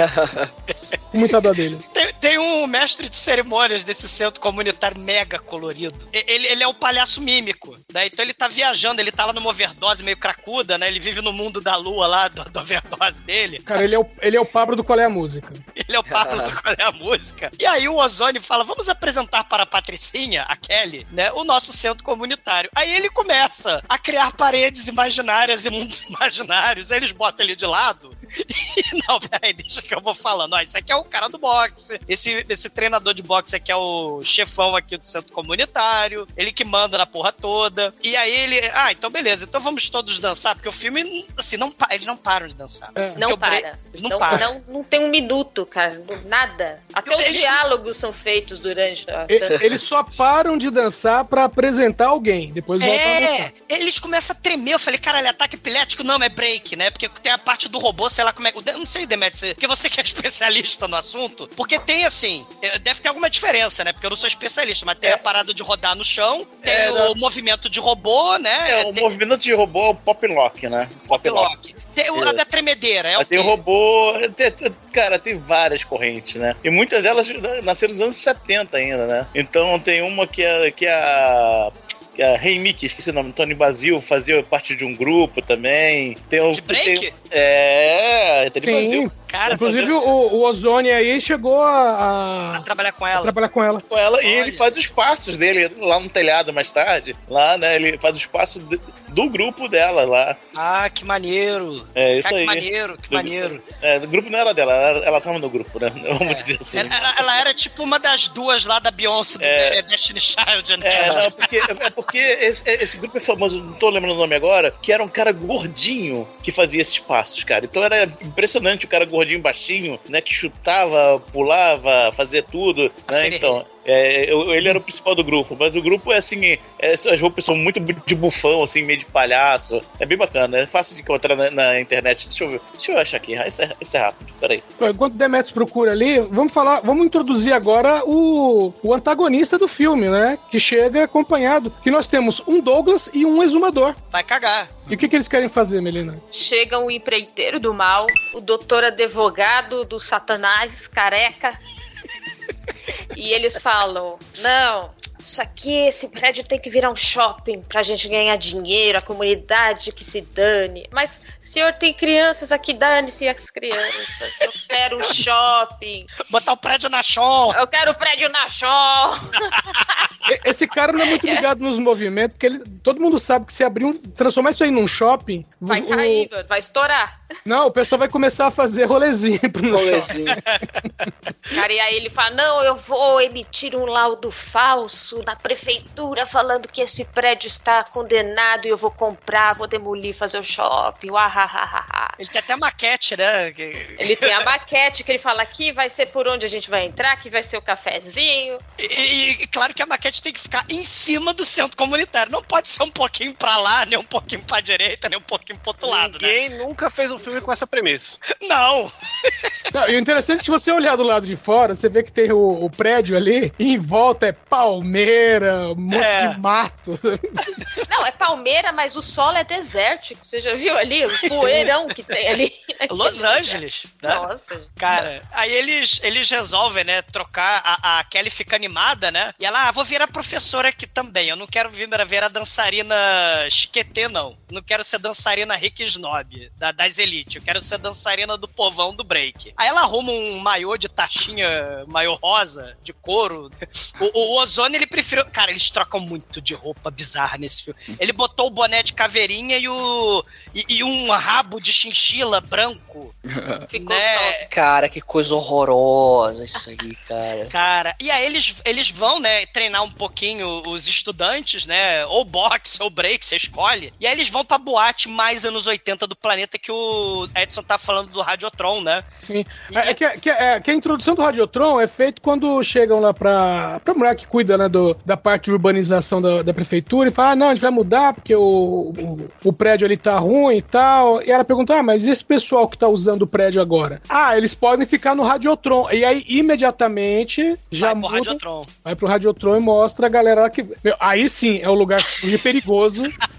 Com muita dó dele. Tem, tem um mestre de cerimônias desse centro comunitário mega colorido. Ele, ele é o palhaço mímico, né? Então ele tá viajando, ele tá lá numa overdose meio cracuda, né? Ele vive no mundo da lua lá, do, do overdose dele. Cara, ele é o, ele é o Pablo do Qual é a Música. Ele é o Pablo do Qual é a Música. E aí o Ozone fala, vamos apresentar para a Patricinha, a Kelly, né? O nosso centro comunitário. Aí ele começa a criar paredes imaginárias e mundos imaginários. Aí eles botam ele de lado. E, não, peraí, deixa que eu vou falando. Ó, esse aqui é o cara do boxe. Esse, esse treinador de boxe aqui é o chefão aqui do centro comunitário. Ele que manda na porra toda. E aí ele... Ah, então beleza. Então vamos todos dançar. Porque o filme, assim, não, eles não param de dançar. É. Não para. Bre... Eles não, não param. Não, não tem um minuto, cara. Nada. Até eu, os eles... diálogos são feitos durante a... Eles só param de dançar pra apresentar alguém. Depois voltam é, a dançar. Eles começam a tremer. Eu falei, caralho, ataque epilético? Não, é break, né? Porque tem a parte do robô, sei lá como é... Eu não sei, Demetrio, porque você que é especialista no assunto, porque tem, assim, deve ter alguma diferença, né? Porque eu não sou especialista, mas tem é. a parada de rodar no chão, tem é, o não. movimento de robô, né? É, o tem... movimento de robô é o pop lock, né? Pop, pop lock. lock. Tem o, a da tremedeira, é o Tem o robô... Tem, cara, tem várias correntes, né? E muitas delas nasceram nos anos setenta ainda, né? Então tem uma que é, que é a... a Rei Mickey, esqueci o nome, Tony Basil, fazia parte de um grupo também. Tem o, de break? Tem, é, Tony Basil. Cara, inclusive o, o Ozone aí chegou a, a... a trabalhar com ela. A trabalhar com ela. Com ela. E ele faz os passos dele lá no telhado mais tarde. Lá, né? Ele faz os passos de, do grupo dela lá. Ah, que maneiro. É, isso Cara, aí. Que maneiro, que do, maneiro. É, o grupo não era dela, ela, ela tava no grupo, né? Vamos é. dizer assim. Ela, ela era tipo uma das duas lá da Beyoncé, do é. Destiny Child, né? É, não, porque, é porque esse, esse grupo é famoso, não tô lembrando o nome agora, que era um cara gordinho que fazia esses passos, cara. Então era impressionante o cara gordinho, baixinho, né? Que chutava, pulava, fazia tudo, né? Então... É, eu, ele era o principal do grupo, mas o grupo é assim, é, as roupas são muito de bufão, assim, meio de palhaço. É bem bacana, é fácil de encontrar na, na internet. Deixa eu ver, deixa eu achar aqui, isso é, isso é rápido, peraí. Enquanto o Demetrius procura ali, vamos falar, vamos introduzir agora o, o antagonista do filme, né? Que chega acompanhado, que nós temos um Douglas e um exumador. Vai cagar. E o que, que eles querem fazer, Melina? Chega o empreiteiro do mal, o doutor advogado do Satanás, careca. E eles falam, não, isso aqui, esse prédio tem que virar um shopping pra gente ganhar dinheiro, a comunidade que se dane. Mas, senhor, tem crianças aqui, dane-se as crianças. Eu quero um shopping. Botar o prédio na show. Eu quero o prédio na show. Esse cara não é muito ligado nos movimentos, porque ele, todo mundo sabe que se abrir um, transformar isso aí num shopping... Vai o, cair, vai estourar. Não, o pessoal vai começar a fazer rolezinho pro rolezinho. Cara, e aí ele fala, não, eu vou emitir um laudo falso na prefeitura falando que esse prédio está condenado e eu vou comprar, vou demolir, fazer o shopping. Uahahaha. Ele tem até maquete, né? Ele tem a maquete que ele fala aqui vai ser por onde a gente vai entrar, aqui vai ser o cafezinho. E, e, e claro que a maquete tem que ficar em cima do centro comunitário. Não pode ser um pouquinho pra lá, nem um pouquinho pra direita, nem um pouquinho pro outro lado, Ninguém né? nunca fez um filme com essa premissa. Não! Não, e o interessante é que se você olhar do lado de fora, você vê que tem o, o prédio ali, e em volta é palmeira, um monte É. de mato. Não, é palmeira, mas o solo é desértico. Você já viu ali o poeirão que tem ali? Los Angeles, né? Nossa. Cara, aí eles, eles resolvem, né, trocar, a, a Kelly fica animada, né, e ela, ah, vou virar professora aqui também, eu não quero vir virar dançarina chiquetê, não, não quero ser dançarina rica e snob, da, das elites, eu quero ser dançarina do povão do break. Aí ela arruma um maiô de taxinha, maiô rosa, de couro, o, o Ozone, ele preferiu, cara, eles trocam muito de roupa bizarra nesse filme, ele botou o boné de caveirinha e, o, e, e um rabo de chinchila branco. Ficou né? top. Cara, que coisa horrorosa isso aí, cara. Cara, e aí eles, eles vão, né, treinar um pouquinho os estudantes, né, ou boxe ou break, você escolhe, e aí eles vão pra boate mais anos oitenta do planeta que o Edson tá falando do Radiotron, né? Sim. É, é que, que, é, que a introdução do Radiotron é feita quando chegam lá pra, pra mulher que cuida, né, do, da parte de urbanização da, da prefeitura e fala, ah, não, a gente vai mudar porque o, o, o prédio ali tá ruim e tal. E ela pergunta, ah, mas e esse pessoal que tá usando o prédio agora? Ah, eles podem ficar no Radiotron. E aí, imediatamente, já vai pro muda, Radiotron. vai pro Radiotron e mostra a galera lá que... Meu, aí sim, é o lugar perigoso.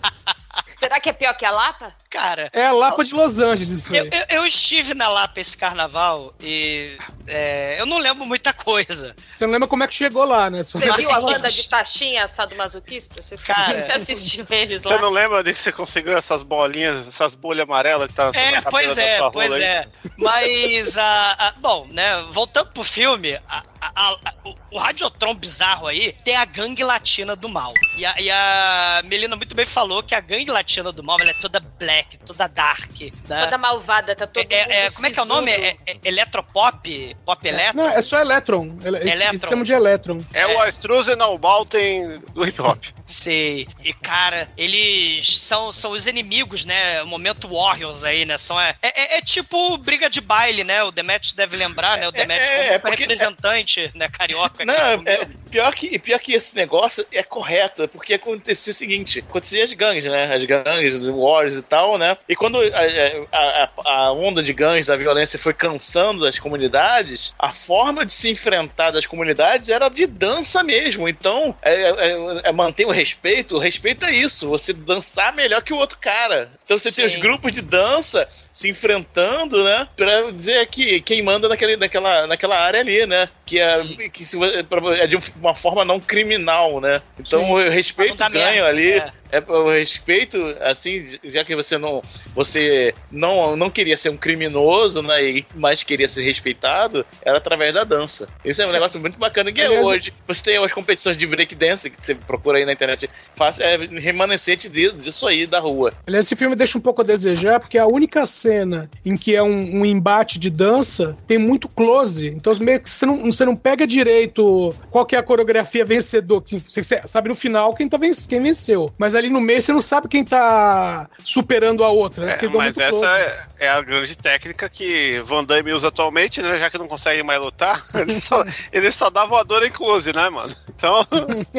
Será que é pior que a Lapa? Cara... É a Lapa de Los Angeles, isso aí. Eu, eu, eu estive na Lapa esse carnaval e é, eu não lembro muita coisa. Você não lembra como é que chegou lá, né? Você viu a banda de taxinha sadomasoquista? Você, Cara, você assistiu eles lá? Você não lembra de que você conseguiu essas bolinhas, essas bolhas amarelas que tá É, na pois da é, sua pois rola aí? é. Mas, a, a- bom, né, voltando pro filme, a, a- a- o, o Radiotron bizarro aí tem a gangue latina do mal. E a, e a Melina muito bem falou que a gangue latina do mal, ela é toda black, toda dark, né? Toda malvada, tá todo É, mundo é, como é que é o nome? É, é eletropop? Pop eletro? Não, é só Electron. Ele- Eles, Electron. eles chamam de Electron. É o Astruzen Albalten do hip hop. Sei. E, cara, eles são, são os inimigos, né? O momento Warriors aí, né? São, é, é, é tipo briga de baile, né? O Demet deve lembrar, né? O Demet é, como é, porque- representante, né? Carioca. Não, aqui, é, pior, que, pior que esse negócio é correto, é porque acontecia o seguinte, acontecia as gangues, né, as gangues, os wars e tal, né, e quando a, a, a onda de gangues, da violência foi cansando as comunidades, a forma de se enfrentar das comunidades era de dança mesmo, então é, é, é manter o respeito, o respeito é isso, você dançar melhor que o outro cara, então você Sim. tem os grupos de dança se enfrentando, né, pra dizer que quem manda naquele, naquela, naquela área ali, né, que é, que se- é de uma forma não criminal, né, então Sim. o respeito Pra não dar ganho merda, ali é. é o respeito, assim, já que você não você não, não queria ser um criminoso, né, e- mas queria ser respeitado, era através da dança. Isso é um negócio muito bacana, que é Aliás, hoje, você tem as competições de breakdance, que você procura aí na internet, faz, é remanescente de- disso aí, da rua. Aliás, esse filme deixa um pouco a desejar, porque a única cena em que é um, um embate de dança tem muito close. Então, meio que você não, você não pega direito qual que é a coreografia vencedor. Assim, você sabe no final quem, tá venc- quem venceu. Mas ali no meio você não sabe quem tá superando a outra. Né? É, Porque deu mas muito essa close. é, é a grande técnica que Van Damme usa atualmente, né? Já que não consegue mais lutar, ele só, ele só dá voadora em close, né, mano? Então.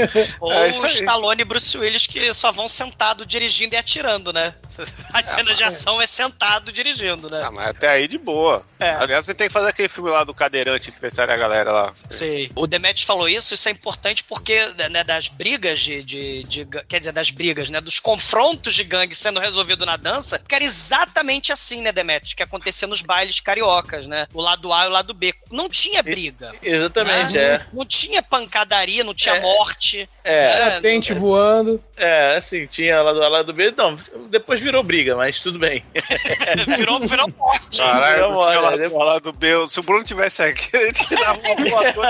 Ou É isso aí. Stallone e Bruce Willis que só vão sentado dirigindo e atirando, né? A cena de ação é sentado dirigindo, né? Ah, mas até aí de boa. É. Aliás, você tem que fazer aquele filme lá do cadeirante que persegue a galera lá. Sei. O Demet falou isso, isso é importante porque, né, das brigas de, de, de- quer dizer, das brigas brigas, né? Dos confrontos de gangue sendo resolvido na dança, que era exatamente assim, né, Demetrius? Que acontecia nos bailes cariocas, né? O lado A e o lado B. Não tinha briga. Exatamente, né? é. Não, não tinha pancadaria, não tinha É. morte. É, né? Dente voando. É, assim, tinha lado A, lado B, não, depois virou briga, mas tudo bem. virou, virou morte. Caralho, Virou não tinha morte, lado, lado B. Se o Bruno tivesse aqui, ele tirava uma voadora.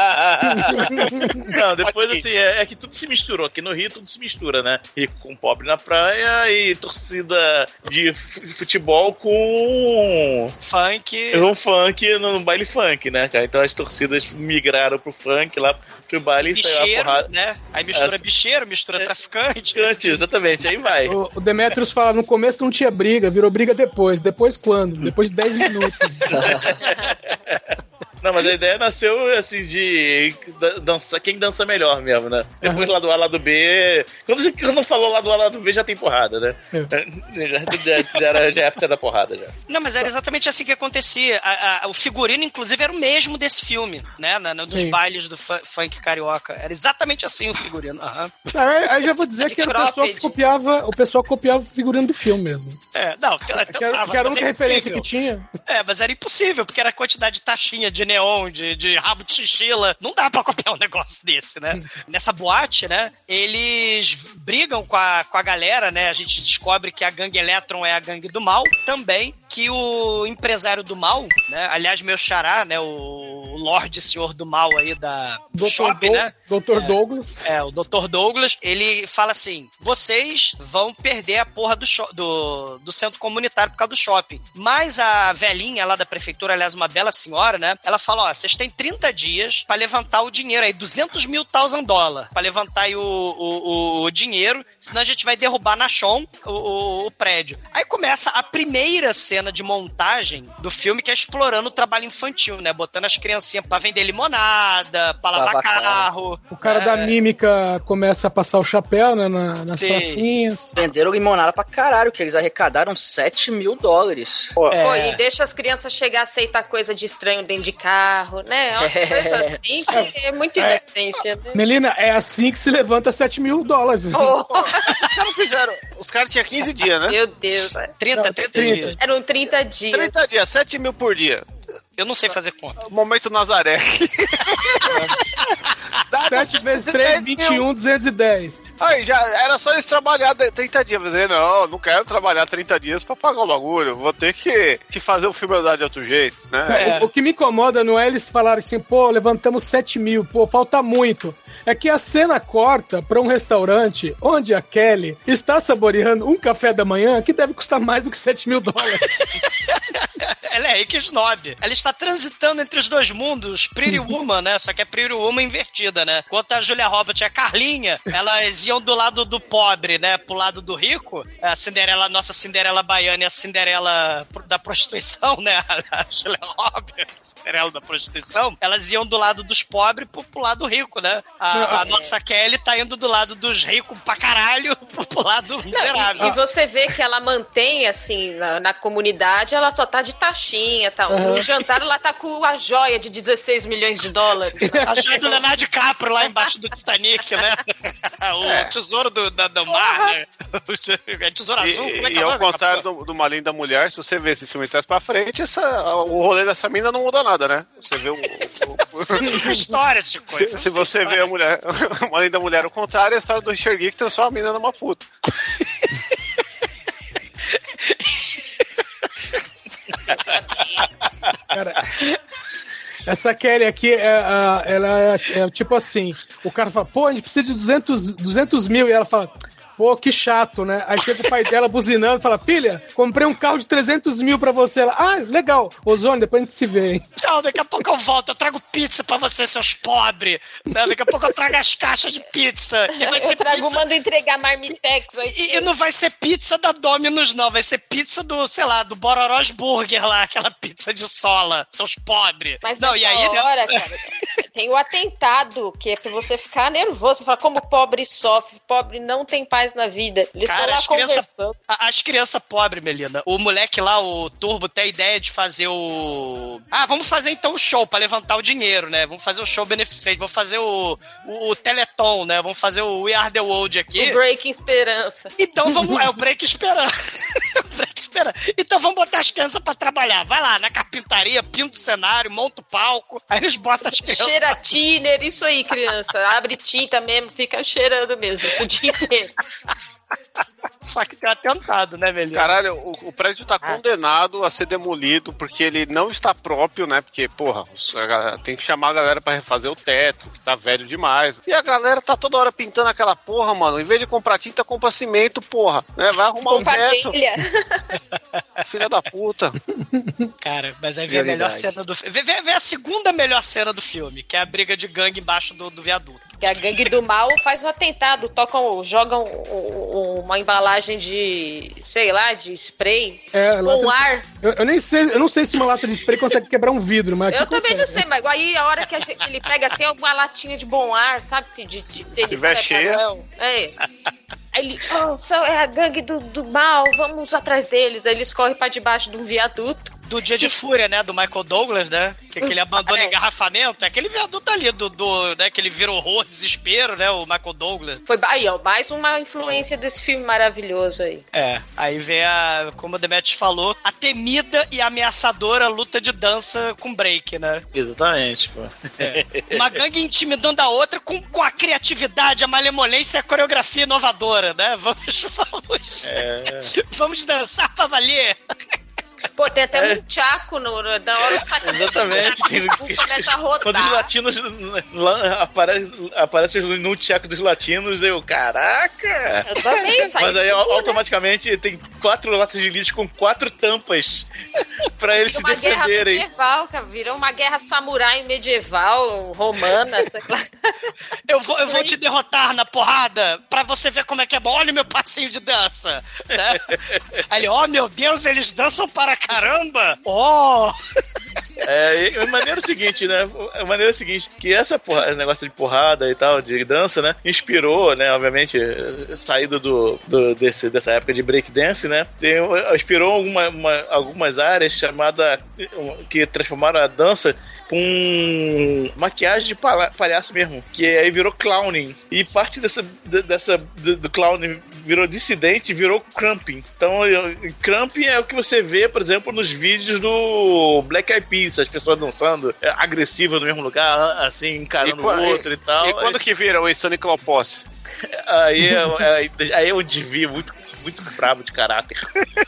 Não, depois Patins. assim, é, é que tudo se misturou. Aqui no Rio tudo se mistura, né? Rico com pobre na praia e torcida de f- futebol com Funk. um funk no, no baile funk, né, cara? Então as torcidas migraram pro funk lá pro baile e saiu a Bicheiro, porrada. né? Aí mistura É. bicheiro, mistura traficante. Antes, exatamente, aí vai. O, o Demetrius fala, no começo não tinha briga, virou briga depois. Depois quando? Depois de dez minutos. Não, mas a ideia nasceu, assim, de dança, quem dança melhor mesmo, né? Depois do lado A, lado B... Quando você quando falou lado A, lado B, já tem porrada, né? Já, já era já é época da porrada, já. Não, mas era exatamente assim que acontecia. A- a- o figurino, inclusive, era o mesmo desse filme, né? Na, na- dos Sim. bailes do fu- funk carioca. Era exatamente assim o figurino. Aham. Aí, aí já vou dizer que era o pessoal que Cropped. copiava, o pessoal que copiava o figurino do filme mesmo. É, não, que, Que era, que era a mas única é referência impossível. que tinha. É, mas era impossível, porque era a quantidade de taxinha, de neon, de, de rabo de chinchila. Não dá pra copiar um negócio desse, né? Nessa boate, né, eles brigam com a, com a galera, né? A gente descobre que a gangue Electron é a gangue do mal. Também que o empresário do mal, né? Aliás, meu xará, né? O Lorde Senhor do Mal aí da, do doutor shopping, Dou- né? doutor É. Douglas. É, o doutor Douglas, ele fala assim, vocês vão perder a porra do, sho- do, do centro comunitário por causa do shopping. Mas a velhinha lá da prefeitura, aliás, uma bela senhora, né? Ela fala, ó, vocês têm trinta dias pra levantar o dinheiro aí, duzentos mil thousand dólares, pra levantar aí o, o, o, o dinheiro, senão a gente vai derrubar na chão o, o, o prédio. Aí começa a primeira cena de montagem do filme, que é explorando o trabalho infantil, né? Botando as criancinhas pra vender limonada, pra lavar Lavar carro. carro. O cara É. da mímica começa a passar o chapéu, né, na- nas Sim. pracinhas. Venderam limonada pra caralho, que eles arrecadaram sete mil dólares. Pô, É. e deixa as crianças chegar a aceitar coisa de estranho dentro de carro, né? Uma coisa assim que é muita indecência, né? Melina, é assim que se levanta sete mil dólares. Oh, Os caras fizeram. Os caras tinham quinze dias, né? meu Deus, velho. trinta, Não, trinta trinta. dias. Eram trinta dias. trinta dias, sete mil por dia. Eu não sei fazer conta. Momento Nazaré. sete vezes três, vinte e um, duzentos e dez. Aí, já era só eles trabalhar trinta dias. Mas aí, não, não quero trabalhar trinta dias pra pagar o bagulho. Vou ter que, que fazer o filme andar de outro jeito, né? É. O, o que me incomoda não é eles falarem assim, pô, levantamos sete mil, pô, falta muito. É que a cena corta pra um restaurante onde a Kelly está saboreando um café da manhã que deve custar mais do que sete mil dólares. Ela é Rick Snob. Ela está transitando entre os dois mundos, Pretty Woman, né? Só que é Pretty Woman invertida, né? Enquanto a Julia Roberts e a Carlinha, elas iam do lado do pobre, né? Pro lado do rico. A Cinderela, nossa Cinderela baiana e a Cinderela da prostituição, né? A Julia Roberts, Cinderela da prostituição. Elas iam do lado dos pobres pro, pro lado rico, né? A, a nossa Kelly tá indo do lado dos ricos pra caralho pro, pro lado miserável. E você vê que ela mantém, assim, na, na comunidade, ela só tá de taxinha e tal. Uhum. No jantar, ela tá com a joia de dezesseis milhões de dólares. A joia do Leonardo DiCaprio lá embaixo do Titanic, né? O tesouro do, da, do mar, né? É tesouro azul, como é que E, é e o ao nome? contrário do, do Uma Linda Mulher, se você vê esse filme de trás pra frente, essa, o rolê dessa mina não muda nada, né? Você vê o. o- o- História, Chico. se, se você vê a mulher, Uma Linda Mulher ao contrário, é a história do Richard Gere que transforma a mina numa puta. Cara, essa Kelly aqui, é, a- ela é, é tipo assim, o cara fala, pô, a gente precisa de duzentos, duzentos mil, e ela fala, pô, que chato, né? Aí chega o pai dela buzinando e fala, filha, comprei um carro de trezentos mil pra você. Ela, ah, legal, Ozônio, depois a gente se vê, hein? Tchau, daqui a pouco eu volto, eu trago pizza pra vocês, seus pobres. Né? Daqui a pouco eu trago as caixas de pizza. E vai ser Eu trago, pizza... mando entregar marmitex aqui. E, e não vai ser pizza da Domino's, não. Vai ser pizza do, sei lá, do Bororós Burger lá, aquela pizza de sola, seus pobres. Mas não, nessa e aí, né? hora, cara, tem o atentado, que é pra você ficar nervoso. Você fala, como pobre sofre, pobre não tem paz mais na vida. Eles Cara, estão lá as crianças conversando. as crianças pobres, Melina. O moleque lá, o Turbo, tem a ideia de fazer o... Ah, vamos fazer então o show pra levantar o dinheiro, né? Vamos fazer o show beneficente, vamos fazer o, o, o Teleton, né? Vamos fazer o We Are The World aqui. O Break Esperança. Então vamos... É o Break Esperança. o Break Esperança. Então vamos botar as crianças pra trabalhar. Vai lá, na carpintaria, pinta o cenário, monta o palco, aí eles botam as crianças... Cheira pra... tiner, isso aí, criança. Abre tinta mesmo, fica cheirando mesmo, isso o dia inteiro. Só que tem um atentado, né, velho? Caralho, o, o prédio tá ah. condenado a ser demolido porque ele não está próprio, né? Porque, porra, a, tem que chamar a galera pra refazer o teto, que tá velho demais. E a galera tá toda hora pintando aquela porra, mano. Em vez de comprar tinta, compra cimento, porra. Né? Vai arrumar um teto. Filha da puta. Cara, mas aí vem a melhor cena do filme. Vem, vem a segunda melhor cena do filme, que é a briga de gangue embaixo do, do viaduto. Que a gangue do mal faz um atentado, tocam, jogam uma embalagem de, sei lá, de spray é, com ar. De... Eu, eu nem sei, eu não sei se uma lata de spray consegue quebrar um vidro, mas eu também consegue. Não sei, mas aí a hora que, a gente, que ele pega assim uma latinha de bom ar, sabe, de, de, de se tiver cheia. É. Aí ele, oh, são, é a gangue do, do mal, vamos atrás deles. Aí eles correm pra debaixo de um viaduto. Do Dia de Fúria, né? Do Michael Douglas, né? Que, que ele abandona é. engarrafamento. É aquele viaduto ali, do, do, né? Que ele vira horror, desespero, né? O Michael Douglas. Foi aí, ó, mais uma influência desse filme maravilhoso aí. É, aí vem a, como o Demetrius falou, a temida e ameaçadora luta de dança com break, né? Exatamente, pô. É. Uma gangue intimidando a outra com, com a criatividade, a malemolência e a coreografia inovadora, né? Vamos, vamos, é. vamos dançar pra valer. Pô, tem até é. um tchaco no, no, na hora do saco. Exatamente. Começa a rodar. Quando os latinos aparecem aparece no tchaco dos latinos, eu, caraca! Eu também saí. Mas aí tudo, automaticamente né? tem quatro latas de lixo com quatro tampas pra eles se defenderem. Uma guerra medieval, cara. Virou uma guerra samurai medieval, romana, sei lá. Eu vou, eu vou te derrotar na porrada pra você ver como é que é bom. Olha o meu passinho de dança. Né? Aí ele, oh meu Deus, eles dançam para caramba! Oh! É, e a maneira é o seguinte, né? A maneira é o seguinte, que essa porra, esse negócio de porrada e tal, de dança, né? Inspirou, né? Obviamente, saído do, do, desse, dessa época de breakdance, né? Tem, inspirou alguma, uma, algumas áreas chamadas que transformaram a dança com maquiagem de palhaço mesmo, que aí virou clowning. E parte dessa, dessa do, do clowning virou dissidente, virou cramping. Então, cramping é o que você vê, por exemplo, nos vídeos do Black Eyed Peas, as pessoas dançando é, agressivas no mesmo lugar, assim, encarando o outro e tal. E quando aí, que vira o Sonic Clopos? Aí, aí, aí é um desvio muito, muito brabo de caráter.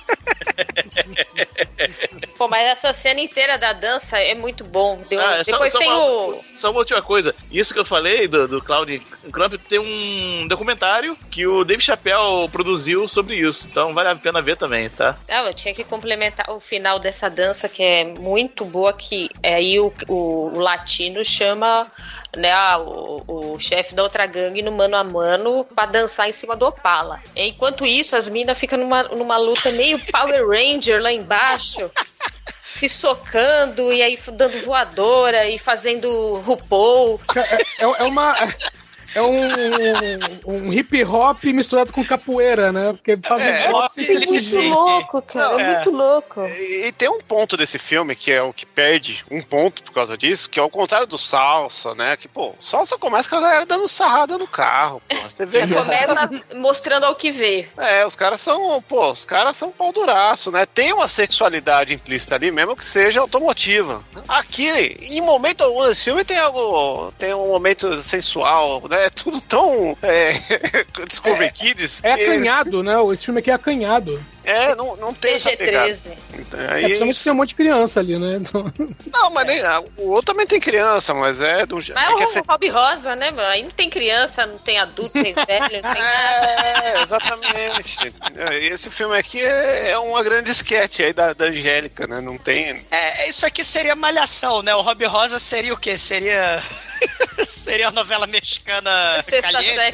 Pô, mas essa cena inteira da dança é muito bom. Deu... Ah, Depois só, tem só o... uma, só uma última coisa. Isso que eu falei do, do Clown Crump, tem um documentário que o Dave Chappelle produziu sobre isso. Então vale a pena ver também, tá? Não, eu tinha que complementar o final dessa dança, que é muito boa, que aí o, o, o latino chama... Né, o, o chefe da outra gangue no mano a mano pra dançar em cima do Opala. Enquanto isso, as minas ficam numa, numa luta meio Power Ranger lá embaixo, se socando e aí dando voadora e fazendo RuPaul. É, é, é uma... É um, um hip hop misturado com capoeira, né? Porque faz é, um é, é muito louco, cara. Não, é muito louco. E, e tem um ponto desse filme que é o que perde um ponto por causa disso, que é o contrário do Salsa, né? Que, pô, Salsa começa com a galera dando sarrada no carro, pô. Você vê. Já começa mostrando ao que vê. É, os caras são, pô, os caras são pau duraço, né? Tem uma sexualidade implícita ali, mesmo que seja automotiva. Aqui, em momento algum desse filme, tem algo. Tem um momento sensual, né? É tudo tão é, Discovery é, Kids. É acanhado, né? Esse filme aqui é acanhado. É, não, não tem essa pegada. Então, aí... É, principalmente tem um monte de criança ali, né? Então... Não, mas nem, o outro também tem criança, mas é do jeito. Mas é o é fe... Rob Rosa, né, mano? Aí não tem criança, não tem adulto, tem velho, não tem nada. É, exatamente. Esse filme aqui é, é uma grande esquete aí da, da Angélica, né? Não tem. É, isso aqui seria Malhação, né? O Rob Rosa seria o quê? Seria. Seria a novela mexicana caliente?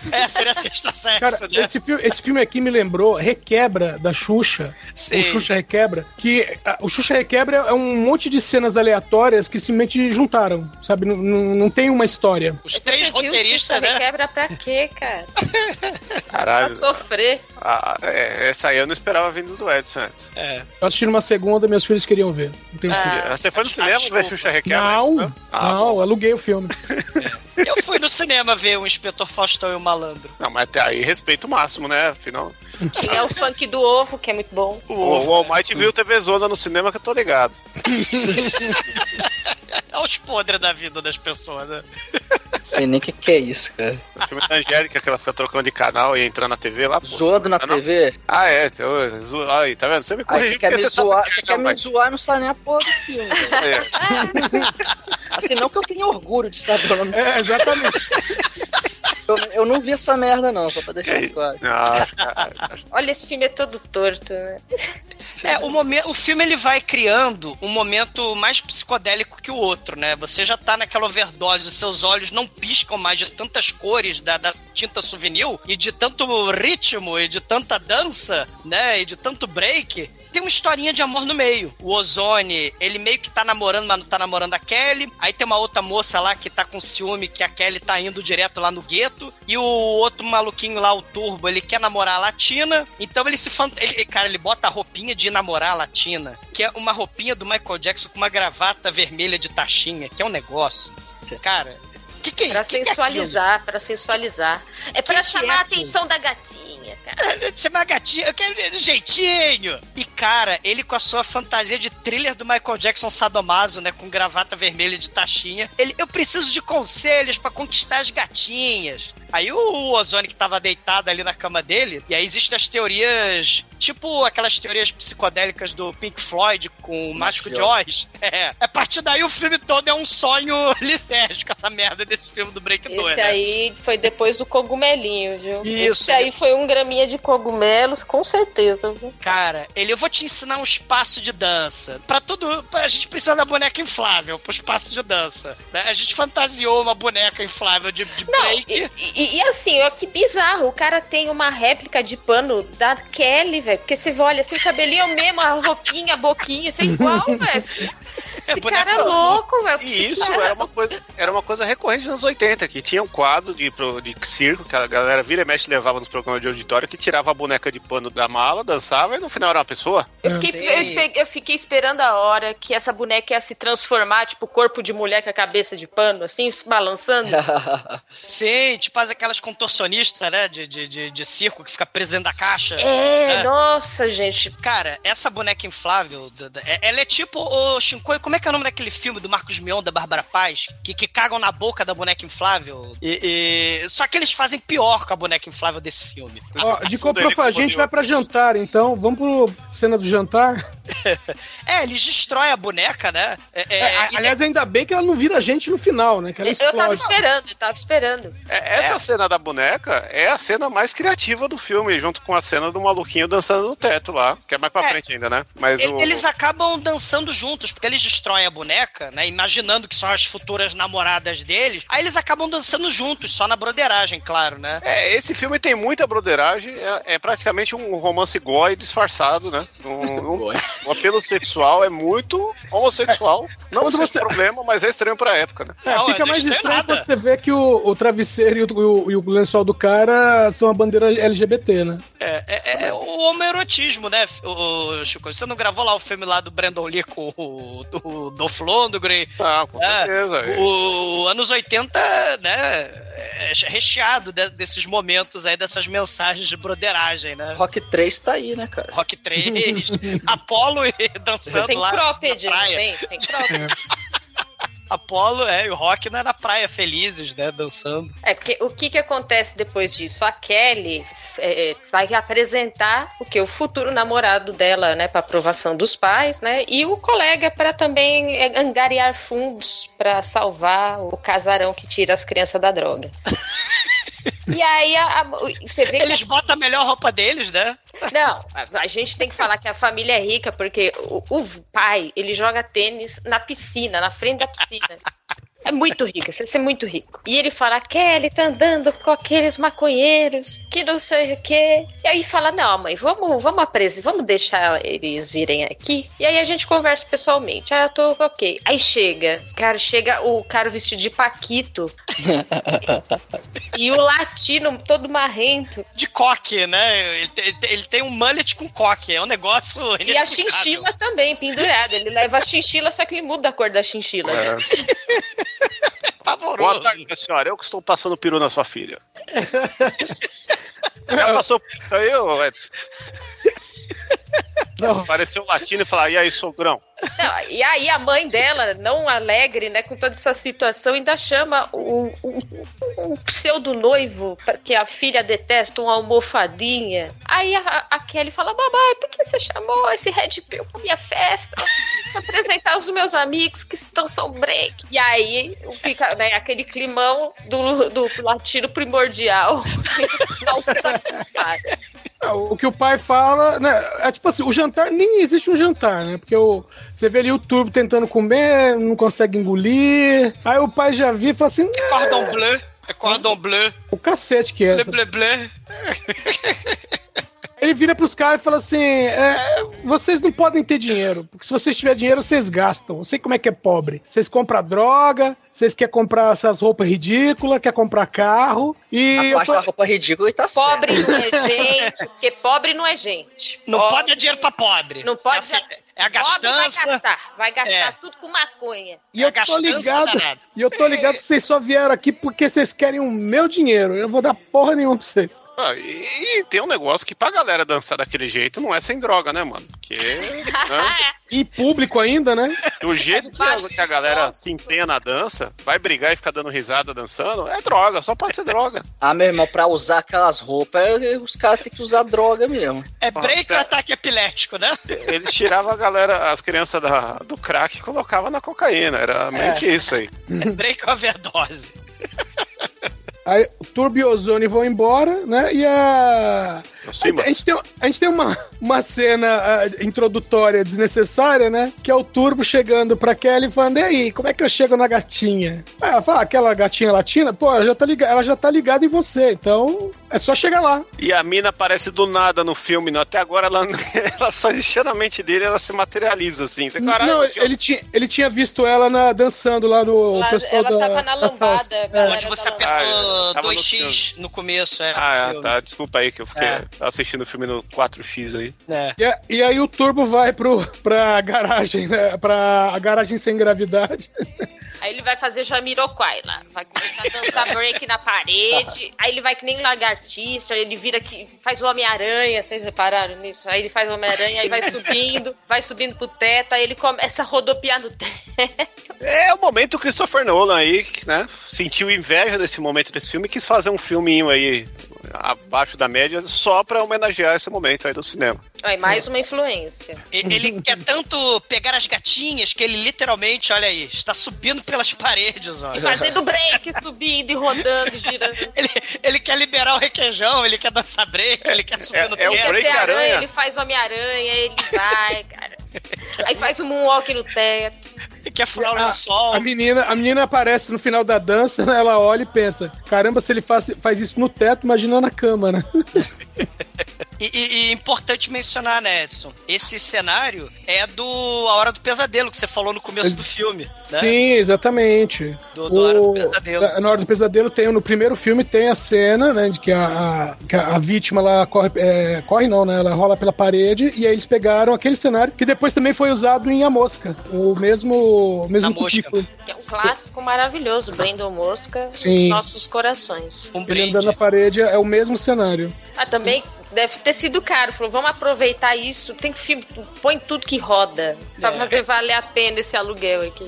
É, seria sexta sexo, Cara, né? esse filme, esse filme aqui me lembrou Requebra, da Xuxa. Sim. O Xuxa Requebra. Que a, o Xuxa Requebra é um monte de cenas aleatórias que simplesmente juntaram, sabe? Não, não, não tem uma história. Os três roteiristas, né? Quebra pra quê, cara? Caralho. Pra sofrer. Ah, é, essa aí eu não esperava vindo do Edson antes. É. Eu assisti numa segunda, meus filhos queriam ver. Não tem Ah. Você foi no cinema ver Xuxa Requebra? Não, né? Ah, não, eu aluguei o filme. Eu fui no cinema ver o Inspetor Faustão e o Malandro. Não, mas até aí respeito máximo, né? Afinal. Tinha o funk do ovo, que é muito bom. O, o Almighty viu T V Zona no cinema que eu tô ligado. É os podres da vida das pessoas, né? Sei nem o que, que é isso, cara. O filme da Angélica, que ela fica trocando de canal e entrando na T V lá. Pô, Zoando na ah, não? T V? Ah, é. Eu, zo... Aí, tá vendo? Você me Aí corrigiu você quer me porque você zoar, sabe você que quer é me Almighty. zoar e não sabe nem a porra do filme. velho. É. Assim, não que eu tenha orgulho de saber o nome. É, exatamente. Eu, eu não vi essa merda, não, só pra deixar claro. Ah, cara, Olha, esse filme é todo torto, né? É, o, momento, o filme ele vai criando um momento mais psicodélico que o outro, né? Você já tá naquela overdose, os seus olhos não piscam mais de tantas cores da, da tinta souvenir e de tanto ritmo e de tanta dança, né? E de tanto break. Tem uma historinha de amor no meio. O Ozone, ele meio que tá namorando, mas não tá namorando a Kelly. Aí tem uma outra moça lá que tá com ciúme, que a Kelly tá indo direto lá no gueto. E o outro maluquinho lá, o Turbo, ele quer namorar a Latina. Então ele se... Fant... Ele, cara, ele bota a roupinha de namorar a Latina, que é uma roupinha do Michael Jackson com uma gravata vermelha de taxinha, que é um negócio. Cara... Que que, pra que sensualizar, que é pra sensualizar. É pra que chamar que é a atenção da gatinha, cara. Chamar a gatinha, eu quero ver do jeitinho. E, cara, ele com a sua fantasia de thriller do Michael Jackson sadomaso, né, com gravata vermelha de taxinha, ele, eu preciso de conselhos pra conquistar as gatinhas. Aí o Ozone que tava deitado ali na cama dele, e aí existem as teorias, tipo aquelas teorias psicodélicas do Pink Floyd com o Mágico de Oz. É, a partir daí o filme todo é um sonho lisérgico, essa merda desse filme do Breakdown, Esse né? aí foi depois do cogumelinho, viu? Isso. Esse aí foi um graminha de cogumelos, com certeza, viu? Cara, ele, eu vou te ensinar um espaço de dança. Pra tudo, a gente precisa da boneca inflável pro espaço de dança. Né? A gente fantasiou uma boneca inflável de, de Não, break. e, e, e assim, ó, que bizarro. O cara tem uma réplica de pano da Kelly, velho. Porque você olha assim, o cabelinho é o mesmo, a roupinha, a boquinha, isso é igual, velho. Esse É, cara é boneco louco, velho. E isso era uma coisa, era uma coisa recorrente nos anos oitenta, que tinha um quadro de, pro- de circo que a galera vira e mexe levava nos programas de auditório, que tirava a boneca de pano da mala, dançava e no final era uma pessoa. Eu fiquei, Sim. eu, espe- eu fiquei esperando a hora que essa boneca ia se transformar, tipo, corpo de mulher com a cabeça de pano, assim, se balançando. Sim, tipo as- aquelas contorcionistas, né, de, de, de, de circo que fica preso dentro da caixa. É, É. nossa, gente. Cara, essa boneca inflável, da- da- é- ela é tipo o Shinkoi, como é que é o nome daquele filme do Marcos Mion, da Bárbara Paz? Que, que cagam na boca da boneca inflável. E, e- Só que eles fazem pior com a boneca inflável desse filme. Ó, de coprofa, a gente vai pra jantar, então. Vamos pro cena do jantar. É, eles destroem a boneca, né? É, é, É, e aliás, ainda bem que ela não vira a gente no final, né? Que ela Eu tava explode. esperando, eu tava esperando. É, essa cena da boneca é a cena mais criativa do filme, junto com a cena do maluquinho dançando no teto lá, que é mais pra É. frente ainda, né? Mas Ele- o... Eles acabam dançando juntos, porque eles destroem a boneca, né? Imaginando que são as futuras namoradas deles. Aí eles acabam dançando juntos, só na broderagem, claro, né? É, esse filme tem muita broderagem, é, é praticamente um romance goy disfarçado, né? Um, um, um apelo sexual é muito homossexual. Não Quando sei você- o problema, mas é estranho pra época, né? É, Não, fica não mais estranho estranho nada. quando você vê que o, o travesseiro e o, e o lençol do cara são a bandeira L G B T, né? É, é, é o homoerotismo, né, o, o Chico? Você não gravou lá o filme lá do Brandon Lee com o do Dolph Lundgren? Ah, com É, certeza. O anos oitenta, né, é recheado de- desses momentos aí, dessas mensagens de broderagem, né? Rock três tá aí, né, cara? Rock três, Apollo dançando Tem lá cropped, na não praia. tem? Tem cropped. Apollo, é, e o Rock na, na praia, felizes, né, dançando. É, porque o que que acontece depois disso? A Kelly é, vai apresentar o que? O futuro namorado dela, né, para aprovação dos pais, né? E o colega para também é, angariar fundos para salvar o casarão que tira as crianças da droga. E aí a, a- você vê que Eles botam a melhor roupa deles, né? Não, a, a gente tem que falar que a família é rica porque o, o pai, ele joga tênis na piscina, na frente da piscina. É muito rico, você é muito rico. E ele fala, Kelly tá andando com aqueles maconheiros, que não sei o quê. E aí fala, não, mãe, vamos, vamos apresentar, vamos deixar eles virem aqui. E aí a gente conversa pessoalmente. Ah, eu tô ok. Aí chega, cara, chega o cara vestido de Paquito. E o latino todo marrento. De coque, né? Ele, te, ele tem um mullet com coque, é um negócio E a chinchila também, pendurada. Ele leva a chinchila, só que ele muda a cor da chinchila. É. Pavoroso. Boa tarde, minha senhora. Eu que estou passando peru na sua filha. Já passou por isso aí, ô Edson? Não. Apareceu um latino e falou, e aí, sogrão? Não, e aí a mãe dela, não alegre, né, com toda essa situação, ainda chama o, o, o pseudo noivo, que a filha detesta, uma almofadinha. Aí a, a Kelly fala, babai, por que você chamou esse Red Pill pra minha festa? Pra apresentar os meus amigos que estão são break. E aí fica, né, aquele climão do, do latino primordial. O que o pai fala, né? É tipo assim, o jantar, nem existe um jantar, né? Porque o, você vê ali o Turbo tentando comer, não consegue engolir. Aí o pai já vira e fala assim: é cordon bleu, é cordon bleu. O cacete que é essa. Bleu, bleu, bleu. Ele vira pros caras e fala assim: é, vocês não podem ter dinheiro, porque se vocês tiverem dinheiro, vocês gastam. Eu sei como é que é pobre. Vocês compram droga, vocês querem comprar essas roupas ridículas, querem comprar carro. E a parte tô... da roupa ridícula e tá pobre certo. Não é gente, porque pobre não é gente. Não pobre, pode dar dinheiro pra pobre. Não pode. É a, é a gastança. Vai gastar, vai gastar é. tudo com maconha. E eu tô ligado, e eu tô ligado que vocês só vieram aqui porque vocês querem o meu dinheiro. Eu não vou dar porra nenhuma pra vocês. Ah, e, e tem um negócio que pra galera dançar daquele jeito não é sem droga, né, mano? Porque. Né? Em público ainda, né? Do jeito que a, que a galera se empenha na dança, vai brigar e ficar dando risada dançando, é droga, só pode ser droga. Ah, meu irmão, pra usar aquelas roupas, os caras têm que usar droga mesmo. É break ou ataque epilético, né? Eles tiravam a galera, as crianças da, do crack e colocavam na cocaína, era meio é. que isso aí. É break ou overdose. Aí o Turbo e o Ozone vão embora, né? E a... Sim, a, a gente tem, a gente tem uma, uma cena uh, introdutória desnecessária, né? Que é o Turbo chegando pra Kelly e falando: e aí, como é que eu chego na gatinha? Aí ela fala: aquela gatinha latina, pô, ela já tá ligada, ela já tá ligada em você, então é só chegar lá. E a mina aparece do nada no filme, né? Até agora ela, ela só existia na mente dele, ela se materializa assim. Você, caralho, não, ele tinha, ele tinha visto ela na, dançando lá no lá, pessoal ela da, tava na lambada, é. Onde você apertou ah, dois x no, no começo, é. Ah, é, tá, desculpa aí que eu fiquei é. assistindo o filme no quatro x aí. É. E, e aí o Turbo vai pro, pra garagem, né? Pra a garagem sem gravidade. Aí ele vai fazer Jamiroquai lá. Vai começar a dançar break na parede. Aí ele vai que nem lagartixa. Ele vira que faz o Homem-Aranha. Vocês repararam nisso? Aí ele faz o Homem-Aranha. Aí vai subindo. Vai subindo pro teto. Aí ele começa a rodopiar no teto. É o momento que o Christopher Nolan aí, né? Sentiu inveja desse momento desse filme e quis fazer um filminho aí abaixo da média só pra homenagear esse momento aí do cinema. Aí, mais uma influência. Ele quer tanto pegar as gatinhas que ele literalmente, olha aí, está subindo pelas paredes, ó. E fazendo break, subindo e rodando, girando. Ele, ele quer liberar o requeijão, ele quer dançar break, ele quer subir é, no é teto. o break aranha. Ele faz Homem-Aranha, ele vai, cara. Aí faz o moonwalk no teto. Ele quer furar no sol. A menina, a menina aparece no final da dança, né? Ela olha e pensa: caramba, se ele faz, faz isso no teto, imagina na cama, né? E, e, e importante mencionar, né, Edson? Esse cenário é do A Hora do Pesadelo, que você falou no começo do filme. Né? Sim, exatamente. Do, do o, Hora do Pesadelo. Na Hora do Pesadelo tem, no primeiro filme tem a cena, né, de que a, a, que a vítima, ela corre, é, corre não, né, ela rola pela parede, e aí eles pegaram aquele cenário, que depois também foi usado em A Mosca. O mesmo, o mesmo Mosca. Que é um clássico maravilhoso, Brandon Mosca, Sim. nos nossos corações. Um Ele andando na parede é o mesmo cenário. Ah, também deve ter sido caro. Falou, vamos aproveitar isso. Tem que põe tudo que roda pra é. fazer valer a pena esse aluguel aqui.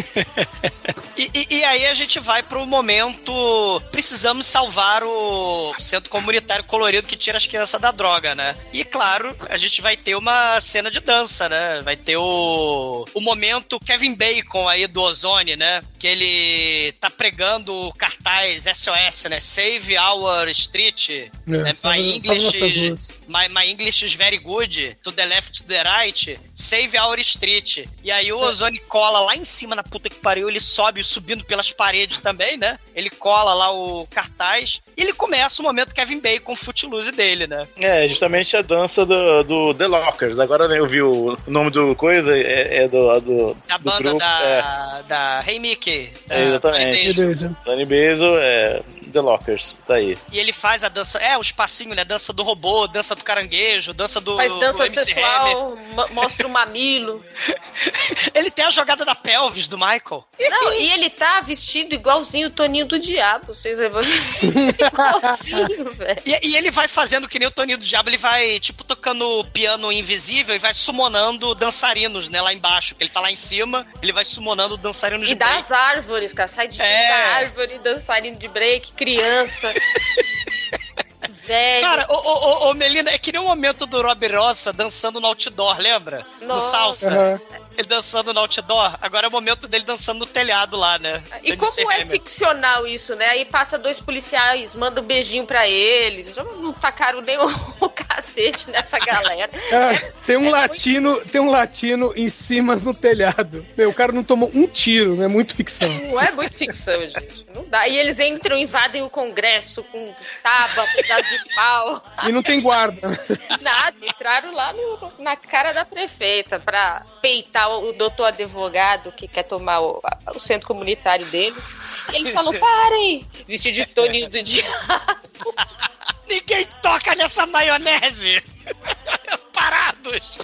e, e, e aí a gente vai pro momento precisamos salvar o centro comunitário colorido que tira as crianças da droga, né? E claro, a gente vai ter uma cena de dança, né? Vai ter o, o momento Kevin Bacon aí do Ozone, né? Que ele tá pregando o cartaz S O S, né? Save Our Street. É, né? My English my, my English is very good. To the left, to the right. Save Our Street. E aí o Ozone cola lá em cima na puta que pariu, ele sobe subindo pelas paredes também, né? Ele cola lá o cartaz e ele começa o momento Kevin Bacon Footloose dele, né? É, justamente a dança do, do The Lockers. Agora eu vi o nome do coisa, é, é do, do. Da do banda grupo, da, é. da Hey Mickey. Da é, exatamente. Danny Basil, é. The Lockers, tá aí. E ele faz a dança, é, os passinhos, né? Dança do robô, dança do caranguejo, dança do. Faz dança do M C sexual, mostra o mamilo. Ele tem a jogada da pelvis do Michael. Não, e ele tá vestido igualzinho o Toninho do Diabo, vocês vão igualzinho, velho. E, e ele vai fazendo que nem o Toninho do Diabo, ele vai, tipo, tocando piano invisível e vai summonando dançarinos, né, lá embaixo. Ele tá lá em cima, ele vai summonando dançarinos e de break. E das árvores, cara, sai de é. da árvore, dançarino de break, criança. Velho. Cara, ô, ô, ô, Melina, é que nem o momento do Rob Rossa dançando no outdoor, lembra? Nossa. No salsa. Uhum. Ele dançando no outdoor. Agora é o momento dele dançando no telhado lá, né? E como é ficcional isso, né? Aí passa dois policiais, manda um beijinho pra eles. Não tacaram nem o, o cacete nessa galera. Cara, é, tem um é latino, muito... tem um latino em cima no telhado. Meu, o cara não tomou um tiro, né? Muito ficção. Não é muito ficção, gente. Não dá. E eles entram, invadem o Congresso com tábua, pedaço de pau. E não tem guarda. Nada, entraram lá no, na cara da prefeita pra peitar o doutor advogado que quer tomar o, o centro comunitário deles. E eles falam, parem! Vestido de Toninho do Diabo. Ninguém toca nessa maionese! Parados!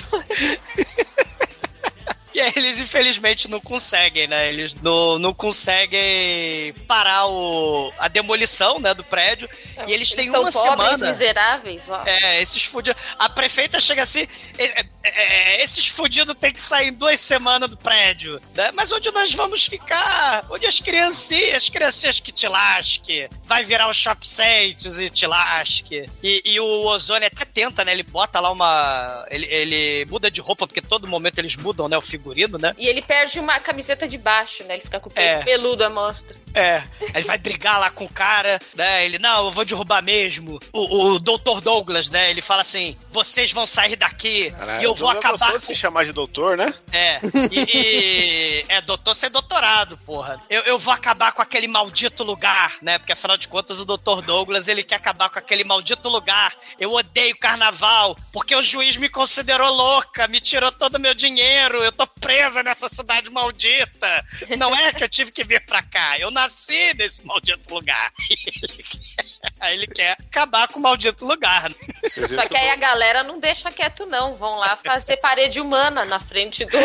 E aí eles, infelizmente, não conseguem, né? Eles não, não conseguem parar o, a demolição, né, do prédio. É, e eles têm eles uma são pobres, semana... miseráveis, ó. É, esses fudidos... A prefeita chega assim... É, é, esses fudidos têm que sair em duas semanas do prédio, né? Mas onde nós vamos ficar? Onde as criancinhas, as criancinhas que te lasque, vai virar o Shop Saints e te lasque. E, e o Ozone até tenta, né? Ele bota lá uma... Ele, ele muda de roupa, porque todo momento eles mudam, né? O figurino, né? E ele perde uma camiseta de baixo, né? Ele fica com o peito é. peludo à mostra. É, ele vai brigar lá com o cara, né? Ele, não, eu vou derrubar mesmo. O, o doutor Douglas, né? Ele fala assim, vocês vão sair daqui Caralho, e eu vou acabar com... se chamar de doutor, né? É, e, e... é, doutor sem doutorado, porra. Eu, eu vou acabar com aquele maldito lugar, né? Porque, afinal de contas, o doutor Douglas, ele quer acabar com aquele maldito lugar. Eu odeio carnaval, porque o juiz me considerou louca, me tirou todo o meu dinheiro, eu tô presa nessa cidade maldita. Não é que eu tive que vir pra cá, eu nasci nesse maldito lugar. Aí ele quer acabar com o maldito lugar. Né? Só que aí a galera não deixa quieto, não. Vão lá fazer parede humana na frente do...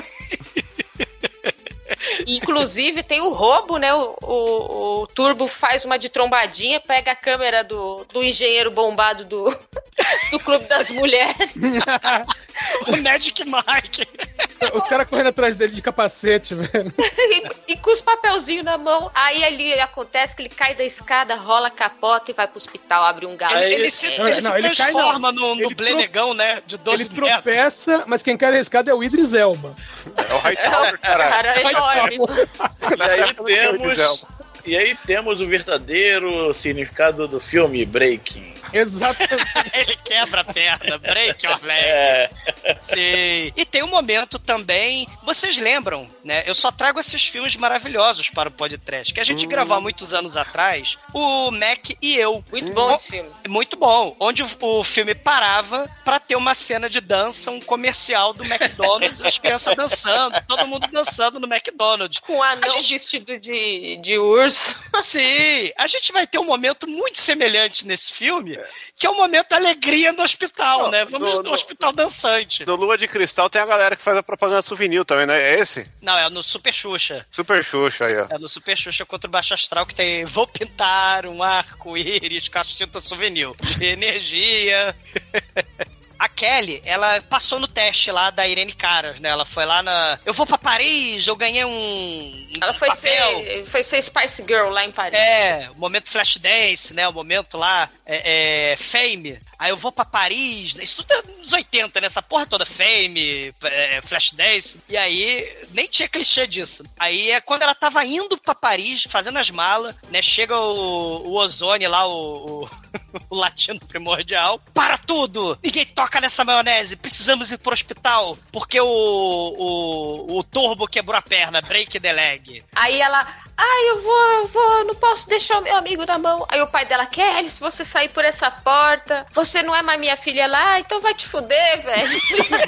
Inclusive tem o roubo, né? O, o, o Turbo faz uma de trombadinha, pega a câmera do, do engenheiro bombado do, do Clube das Mulheres. O Magic Mike. Os caras correndo atrás dele de capacete, velho. E, e com os papelzinhos na mão. Aí ali acontece que ele cai da escada, rola a capota e vai pro hospital, abre um galo. Ele, ele se, ele não, se ele transforma cai, no dublê tro... negão, né? De doze Ele tropeça, metros. Mas quem cai da escada é o Idris Elba. É o Hightower, cara. Cara, é enorme. E aí temos... E aí temos o verdadeiro significado do filme Breaking. Exatamente. Ele quebra a perna, break your leg. É. Sim. E tem um momento também, vocês lembram, né? Eu só trago esses filmes maravilhosos para o podcast, que a gente hum. gravou há muitos anos atrás, o Mac e eu. Muito bom o, esse filme. Muito bom. Onde o, o filme parava para ter uma cena de dança, um comercial do McDonald's, as crianças dançando, todo mundo dançando no McDonald's. Com um anão gente... vestido de, de urso. Sim, a gente vai ter um momento muito semelhante nesse filme, que é o momento da alegria no hospital, não, né? Vamos no, no hospital dançante. No Lua de Cristal tem a galera que faz a propaganda souvenir também, né? É esse? Não, é no Super Xuxa. Super Xuxa, aí, ó. É no Super Xuxa contra o Baixo Astral, que tem vou pintar um arco-íris com a tinta souvenir de energia. A Kelly, ela passou no teste lá da Irene Caras, né? Ela foi lá na... Eu vou pra Paris, eu ganhei um, ela um foi papel. Ser, foi ser Spice Girl lá em Paris. É, o momento Flashdance, né? O momento lá, é, é, Fame. Aí eu vou pra Paris, isso tudo é nos oitenta, né? Essa porra toda, Fame, é, Flashdance. E aí, nem tinha clichê disso. Aí é quando ela tava indo pra Paris, fazendo as malas, né? Chega o, o Ozone lá, o... o o latino primordial. Para tudo! Ninguém toca nessa maionese! Precisamos ir pro hospital! Porque o, o, o turbo quebrou a perna. Break the leg. Aí ela... Ai, eu vou, eu vou, não posso deixar o meu amigo na mão. Aí o pai dela, Kelly, se você sair por essa porta, você não é mais minha filha lá, ah, então vai te fuder, velho.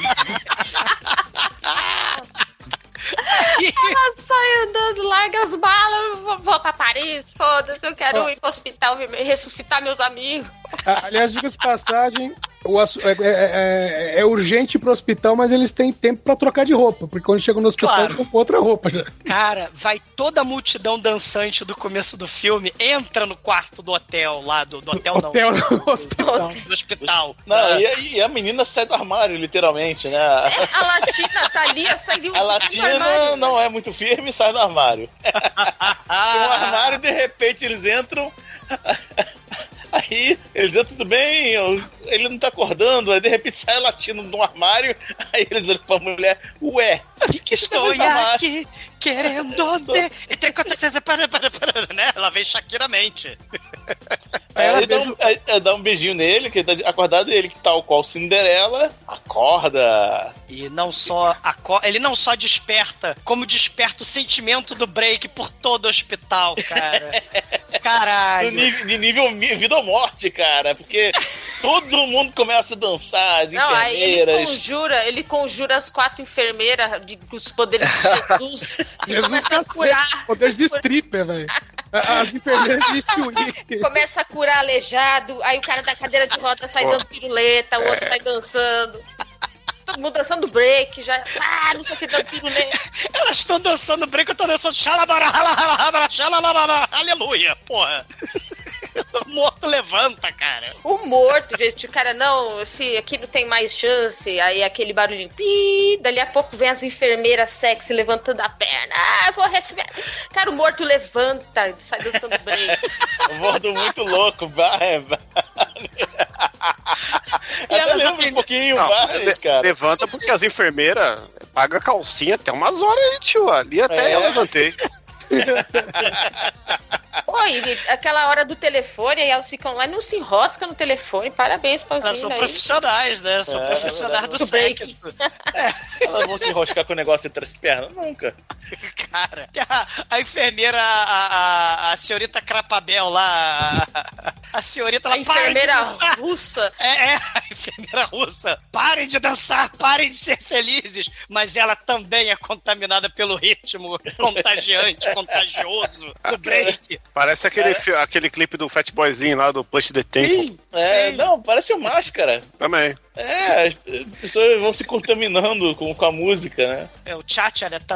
Ela sai andando, larga as balas, vou, vou pra Paris, foda-se, eu quero ir pro hospital ressuscitar meus amigos. Aliás, diga-se de passagem, o, é, é, é, é urgente ir pro hospital, mas eles têm tempo pra trocar de roupa, porque quando chegam no hospital, claro. Estão com outra roupa já. Cara, vai toda a multidão dançante do começo do filme, entra no quarto do hotel lá, do, do hotel, hotel não. No hospital. Do hospital. Não, ah. e, a, e a menina sai do armário, literalmente, né? É, a latina tá ali, saiu A latina não, não é muito firme e sai do armário. Tem um armário e de repente eles entram... Aí, eles dizem, tudo bem, eu, ele não tá acordando, aí de repente sai latino do armário, aí eles olham pra mulher, ué, o que que estou aqui querendo ter... E tem que acontecer, para, para, para, né? Ela vem Shakira-mente. Aí ela dá um, aí, aí dá um beijinho nele, que ele tá acordado, ele que tal qual Cinderela, acorda. E não só acorda, ele não só desperta, como desperta o sentimento do break por todo o hospital, cara. Caralho. No nível, de nível vida ou morte, cara, porque todo mundo começa a dançar, as não, enfermeiras. Aí ele conjura, ele conjura as quatro enfermeiras de, dos poderes de Jesus. Jesus começa cacete, a curar. Poderes de stripper, velho. As enfermeiras de Stewie. Começa a curar aleijado, aí o cara da cadeira de roda sai dando piruleta, o outro é. sai dançando. Todo mundo dançando break, já. Ah, não sei o que, dando piruleta. Elas estão dançando break, eu tô dançando xalabara, xalabara, xalabara, aleluia, porra. O morto levanta, cara. O morto, gente, o cara, não, se aqui não tem mais chance, aí aquele barulhinho, pi, dali a pouco vem as enfermeiras sexy levantando a perna, ah, vou receber. Cara, o morto levanta, sai dançando break. O morto muito louco, vai, vai. Até lembra um pouquinho, não, vai, de, cara. Levanta porque as enfermeiras pagam a calcinha até umas horas aí, tio, ali até é. eu levantei. Oi, aquela hora do telefone, aí elas ficam lá e não se enroscam no telefone. Parabéns pra elas são aí. profissionais, né? São é, profissionais é do sexo. É. Elas vão se enroscar com o negócio entre as pernas? Nunca. Cara, a, a enfermeira, a, a, a senhorita Crapabel lá, a, a senhorita, ela a enfermeira para de dançar. russa. É, é, a enfermeira russa. Parem de dançar, parem de ser felizes. Mas ela também é contaminada pelo ritmo contagiante, contagioso do break. Parece aquele, é. aquele clipe do Fat Boyzinho lá do Push the Tempo. Sim, é, sim. Não, parece o Máscara. Também. É, as pessoas vão se contaminando com, com a música, né? É, o tchatcha, né?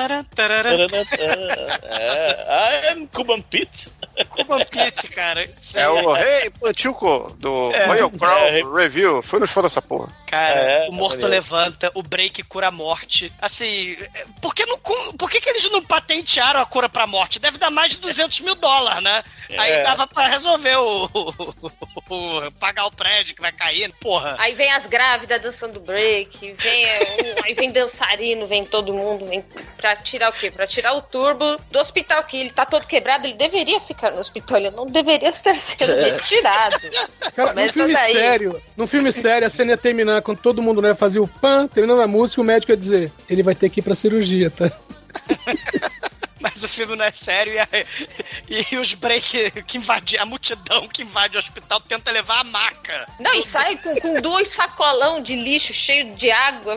É, ah, é Cuban Pete. Cuban Pete, cara. Sim. É o Hey Panchuco do é. Royal Crown é. Review. Foi no show dessa porra. Cara, é, o morto é. levanta, o break cura a morte. Assim, por que, não, por que, que eles não patentearam a cura pra morte? Deve dar mais de duzentos mil dólares, né? É. Aí dava pra resolver o, o, o, o pagar o prédio que vai cair, porra. Aí vem as grávidas dançando break, vem, aí vem dançarino, vem todo mundo, vem pra tirar o quê? Pra tirar o turbo do hospital, que ele tá todo quebrado, ele deveria ficar no hospital, ele não deveria estar sendo retirado. Cara, num filme daí. sério, num filme sério, a cena ia terminar quando todo mundo, né, fazia o pan, terminando a música, o médico ia dizer, ele vai ter que ir pra cirurgia, tá? Mas o filme não é sério e, a, e os break que invadem, a multidão que invade o hospital tenta levar a maca. Não, e sai com, com dois sacolão de lixo cheio de água.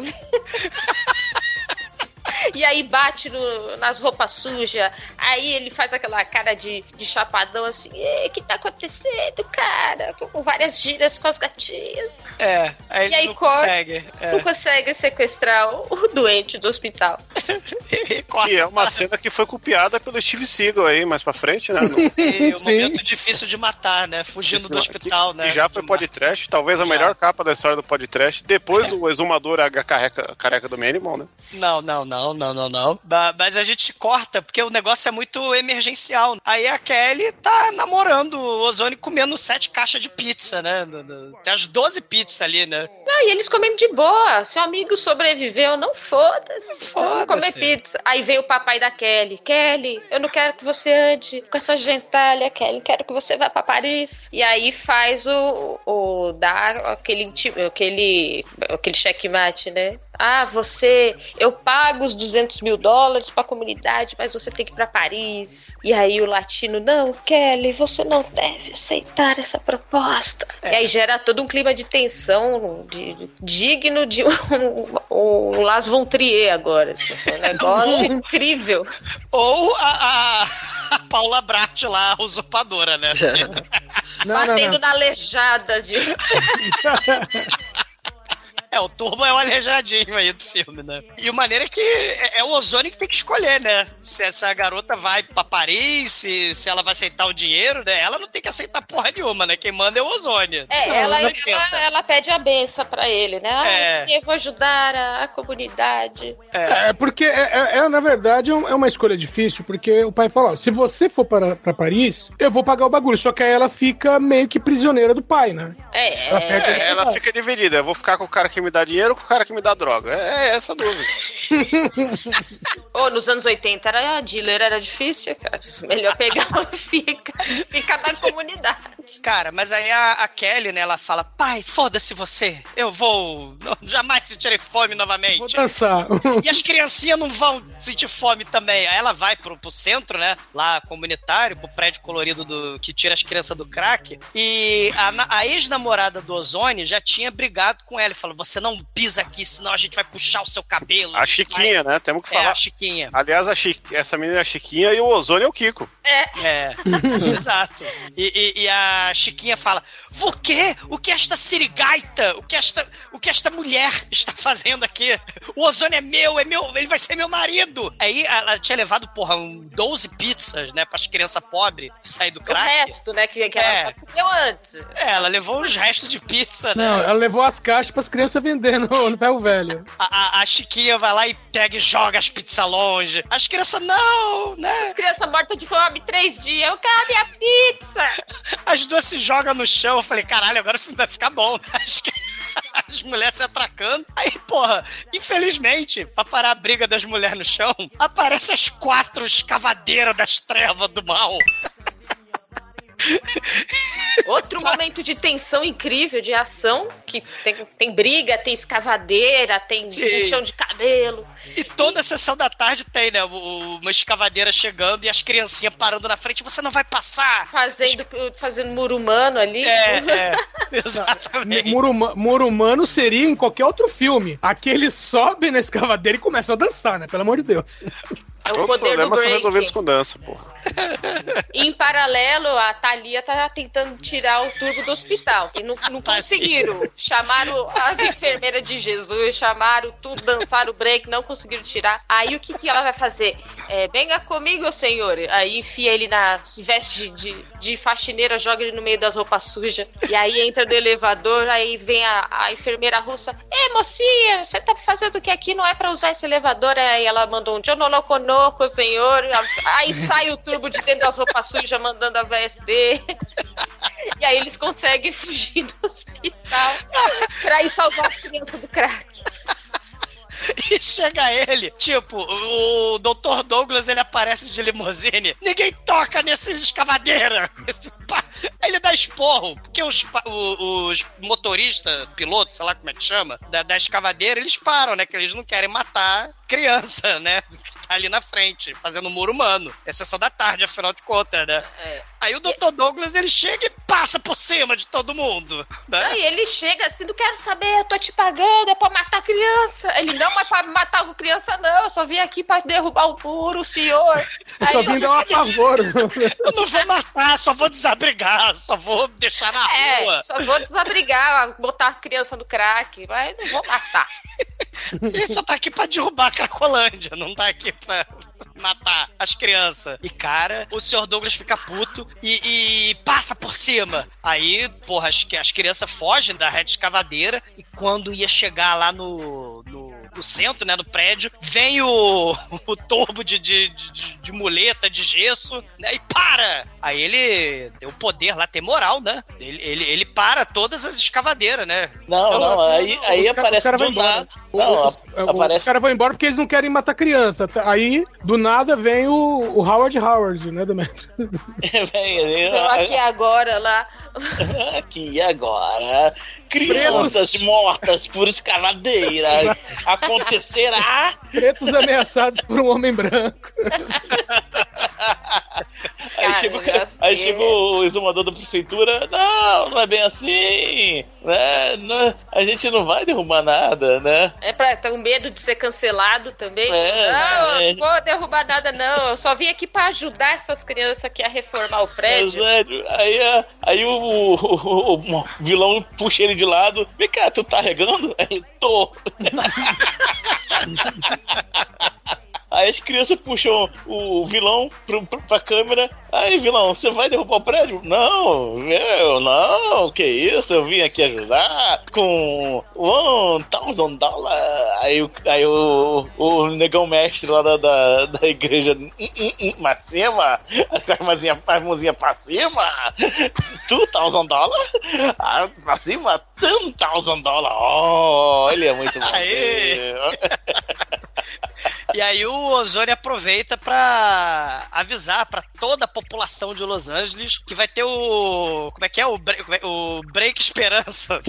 E aí bate no, nas roupas sujas. Aí ele faz aquela cara de, de chapadão assim. O que tá acontecendo, cara? Com várias gírias com as gatinhas. É, aí e aí não cor, consegue. É. Não consegue sequestrar o, o doente do hospital. E é uma cena que foi copiada pelo Steve Seagal aí, mais pra frente, né? No... E um momento difícil de matar, né? Fugindo Isso, do hospital, que, né? E já foi podcast, talvez a já. melhor capa da história do podcast, depois é. do exumador H careca, careca do Manimal, né? Não, não, não, não, não, não. Mas a gente corta, porque o negócio é muito emergencial. Aí a Kelly tá namorando o Ozone comendo comendo sete caixas de pizza, né? Tem as doze pizzas ali, né? Não, e eles comendo de boa. Seu amigo sobreviveu, não foda-se. Foda-se. Vamos comer pizza. Aí veio o papai da Kelly. Kelly, eu não quero que você ande com essa gentalha, Kelly. Quero que você vá pra Paris. E aí faz o... o dar aquele, aquele, aquele checkmate, né? Ah, você... Eu pago os duzentos mil dólares pra comunidade, mas você tem que ir pra Paris. E aí o latino, não, Kelly, você não deve aceitar essa proposta. É. E aí gera todo um clima de tensão de, digno de um, um, um Las Von Trier agora. Assim, um negócio incrível. Ou a, a, a Paula Brat lá, a usurpadora, né? Não, Batendo não, não. na aleijada de... É, o Turbo é o aleijadinho aí do filme, né? E o maneiro é que é, é o Ozônio que tem que escolher, né? Se essa garota vai pra Paris, se, se ela vai aceitar o dinheiro, né? Ela não tem que aceitar porra nenhuma, né? Quem manda é o Ozônio. É, não, ela, ela, ela pede a benção pra ele, né? Ah, É. eu vou ajudar a, a comunidade. É, porque, é, é- é, na verdade, é um- é uma escolha difícil, porque o pai fala, ó, se você for para, pra Paris, eu vou pagar o bagulho, só que aí ela fica meio que prisioneira do pai, né? É, Ela perde É, ela fica dividida. Eu vou ficar com o cara que me dá dinheiro ou com o cara que me dá droga. É, é essa a dúvida. Ô, nos anos oitenta era dealer, era difícil, cara. Melhor pegar uma fica, fica na comunidade. Cara, mas aí a, a Kelly, né, ela fala, pai, foda-se você, eu vou, não, jamais sentirei fome novamente. Vou dançar. E as criancinhas não vão sentir fome também. Aí ela vai pro, pro centro, né, lá comunitário, pro prédio colorido do, que tira as crianças do crack, e a, na- a ex-namorada do Ozônio já tinha brigado com ela e falou, você não pisa aqui, senão a gente vai puxar o seu cabelo. A Chiquinha, né? Temos que É, falar. a Chiquinha. Aliás, a Chi... essa menina é a Chiquinha e o Ozônio é o Kiko. É, exato. E, e- e a Chiquinha fala: o quê? O que esta sirigaita, o que esta, o que esta mulher está fazendo aqui? O Ozônio é meu, é meu, ele vai ser meu marido. Aí ela tinha levado, porra, um doze pizzas, né, para as crianças pobres sair do O crack. resto, né, que, que É. ela comeu antes. É, ela levou os restos de pizza, né? Não, ela levou as caixas pras crianças vendendo no ferro velho. A, a, a Chiquinha vai lá e pega e joga as pizzas longe. As crianças, não, né? As crianças mortas de fome três dias. Eu quero a minha pizza. As duas se jogam no chão. Eu falei, caralho, agora o filme vai ficar bom. As, as mulheres se atracando. Aí, porra, infelizmente, pra parar a briga das mulheres no chão, aparecem as quatro escavadeiras das trevas do mal. Outro momento de tensão incrível, de ação, que tem, tem briga, tem escavadeira, tem Sim. puxão de cabelo. E toda a sessão da tarde tem, né? o- Uma escavadeira chegando e as criancinhas parando na frente. Você não vai passar. Fazendo, fazendo muro humano ali. É, é. Exatamente. Muro, huma- muro humano seria em qualquer outro filme. Aqui eles sobem na escavadeira e começam a dançar, né? Pelo amor de Deus. É o Todos os poder do problemas são break. resolvidos com dança, porra. E em paralelo, a Thalia tá tentando tirar o turbo do hospital. E não, não conseguiram. Chamaram as enfermeiras de Jesus, chamaram tudo, dançaram o break, não conseguiram tirar. Aí o que, que ela vai fazer? É, venha comigo, senhor. Aí enfia ele na. Se veste de, de, de faxineira, joga ele no meio das roupas sujas. E aí entra no elevador, aí vem a, a enfermeira russa. Ê, mocinha, você tá fazendo o que aqui? Não é pra usar esse elevador. Aí ela mandou um Jonoloconoco, senhor. Aí sai o turbo de dentro das roupas sujas, mandando a V S B. E aí eles conseguem fugir do hospital pra ir salvar as crianças do crack. E chega ele, tipo, o doutor Douglas, ele aparece de limusine. Ninguém toca nesse escavadeira. Aí ele dá esporro, porque os, pa- o- os motoristas, pilotos, sei lá como é que chama, da, da escavadeira, eles param, né? Que eles não querem matar criança, né? Que tá ali na frente, fazendo um muro humano. É sessão da tarde, afinal de contas, né? É. Aí o doutor Douglas, ele chega e passa por cima de todo mundo, né? Aí ele chega assim, não quero saber, eu tô te pagando, é pra matar criança. Ele, não, mas pra matar a criança não, eu só vim aqui pra derrubar o muro, senhor. Eu só Aí vim dar um apavoro. Eu não vou matar, só vou desabrigar, só vou deixar na rua. É, só vou desabrigar, botar a criança no crack, mas não vou matar. Ele só tá aqui pra derrubar a Cracolândia, não tá aqui pra matar as crianças. E, cara, o senhor Douglas fica puto e, e passa por cima. Aí, porra, as, as crianças fogem da rede escavadeira e quando ia chegar lá no... no no centro, né, do prédio, vem o, o torbo de, de, de, de muleta, de gesso, né, e para! Aí ele tem o poder lá, tem moral, né? Ele, ele, ele para todas as escavadeiras, né? Não, não, não aí, aí aparece cara do nada. Não, os, aparece... os caras vão embora porque eles não querem matar criança. Aí, do nada, vem o, o Howard Howard, né, Demetrio? Vem, Então, aqui agora, lá... Aqui e agora, crianças Pretos. mortas por escavadeira. Acontecerá. Pretos ameaçados por um homem branco. Aí, chegou, aí chegou o exumador da prefeitura. Não, não é bem assim, né? Não, a gente não vai derrubar nada, né? É pra ter um medo de ser cancelado também. É, não, é. não vou derrubar nada, não. Eu só vim aqui pra ajudar essas crianças aqui a reformar o prédio. Aí, aí o, o, o, o vilão puxa ele de lado. Vem cá, tu tá regando? Aí, tô. Aí as crianças puxam o vilão pro, pro, pra câmera. Aí, vilão, você vai derrubar o prédio? Não, eu não, que isso? Eu vim aqui ajudar com one thousand dólares. Aí, aí o, o negão mestre lá da, da, da igreja, hum, hum, hum, pra cima, as mãozinhas as mãozinha pra cima, two thousand dólares, ah, pra cima, ten thousand dólares. Oh, ele é muito bom. E aí o Ozone aproveita pra avisar pra toda a população de Los Angeles que vai ter o... Como é que é? O Break, o break Esperança.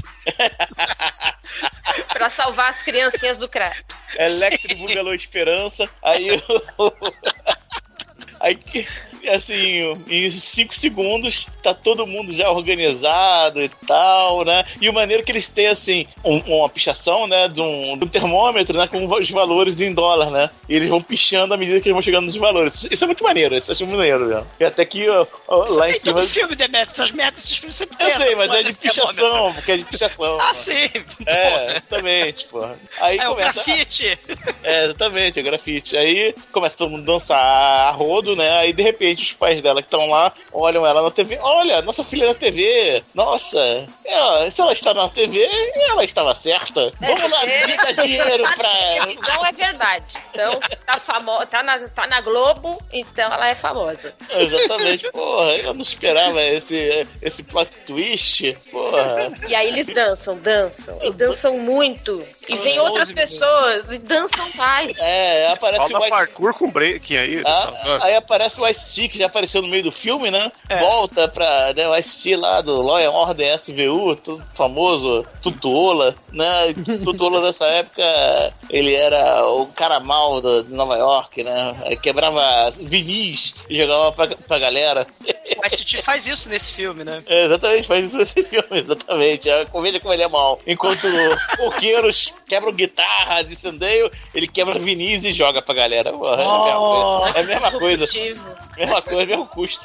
Pra salvar as criancinhas do crack. Electric Boogaloo Esperança. Aí o... Aí, assim, em cinco segundos tá todo mundo já organizado e tal, né? E o maneiro que eles têm, assim, um, uma pichação, né, de um, de um termômetro, né, com os valores em dólar, né? E eles vão pichando à medida que eles vão chegando nos valores. Isso é muito maneiro, isso eu acho muito maneiro, né? E até que ó, ó, lá em cima... Todo filme, Demetrio, essas metas, esses filmes sempre tem. Eu sei, mas é de pichação, porque é de pichação. Ah, sim! É, exatamente, pô. Aí é começa... o grafite! É, exatamente, é o grafite. Aí começa todo mundo a dançar a rodo, né? Aí de repente os pais dela que estão lá olham ela na T V. Olha, nossa filha na T V. Nossa, é, se ela está na T V, ela estava certa. Vamos lá, dar dinheiro pra. Então é verdade. Então tá, famo... tá, na, tá na Globo, então ela é famosa. Exatamente, porra. Eu não esperava esse, esse plot twist, porra. E aí eles dançam, dançam. E dançam muito. E vem outras pessoas e dançam mais. É, aparece Fala o White... parkour com break aí. Ah, aí aparece o Ice-T, que já apareceu no meio do filme, né? É. Volta pra né, o Ice-T lá do Law and Order S V U, tudo famoso, Tutuola, né? Tutuola nessa época, ele era o cara mal de Nova York, né? Quebrava vinis e jogava pra, pra galera. O Ice-T faz isso nesse filme, né? É, exatamente, faz isso nesse filme, exatamente. É a comédia como ele é mal. Enquanto roqueiros quebram guitarra de Sandale, ele quebra vinis e joga pra galera. Porra, oh. É a mesma coisa. Mesma coisa, mesmo custo.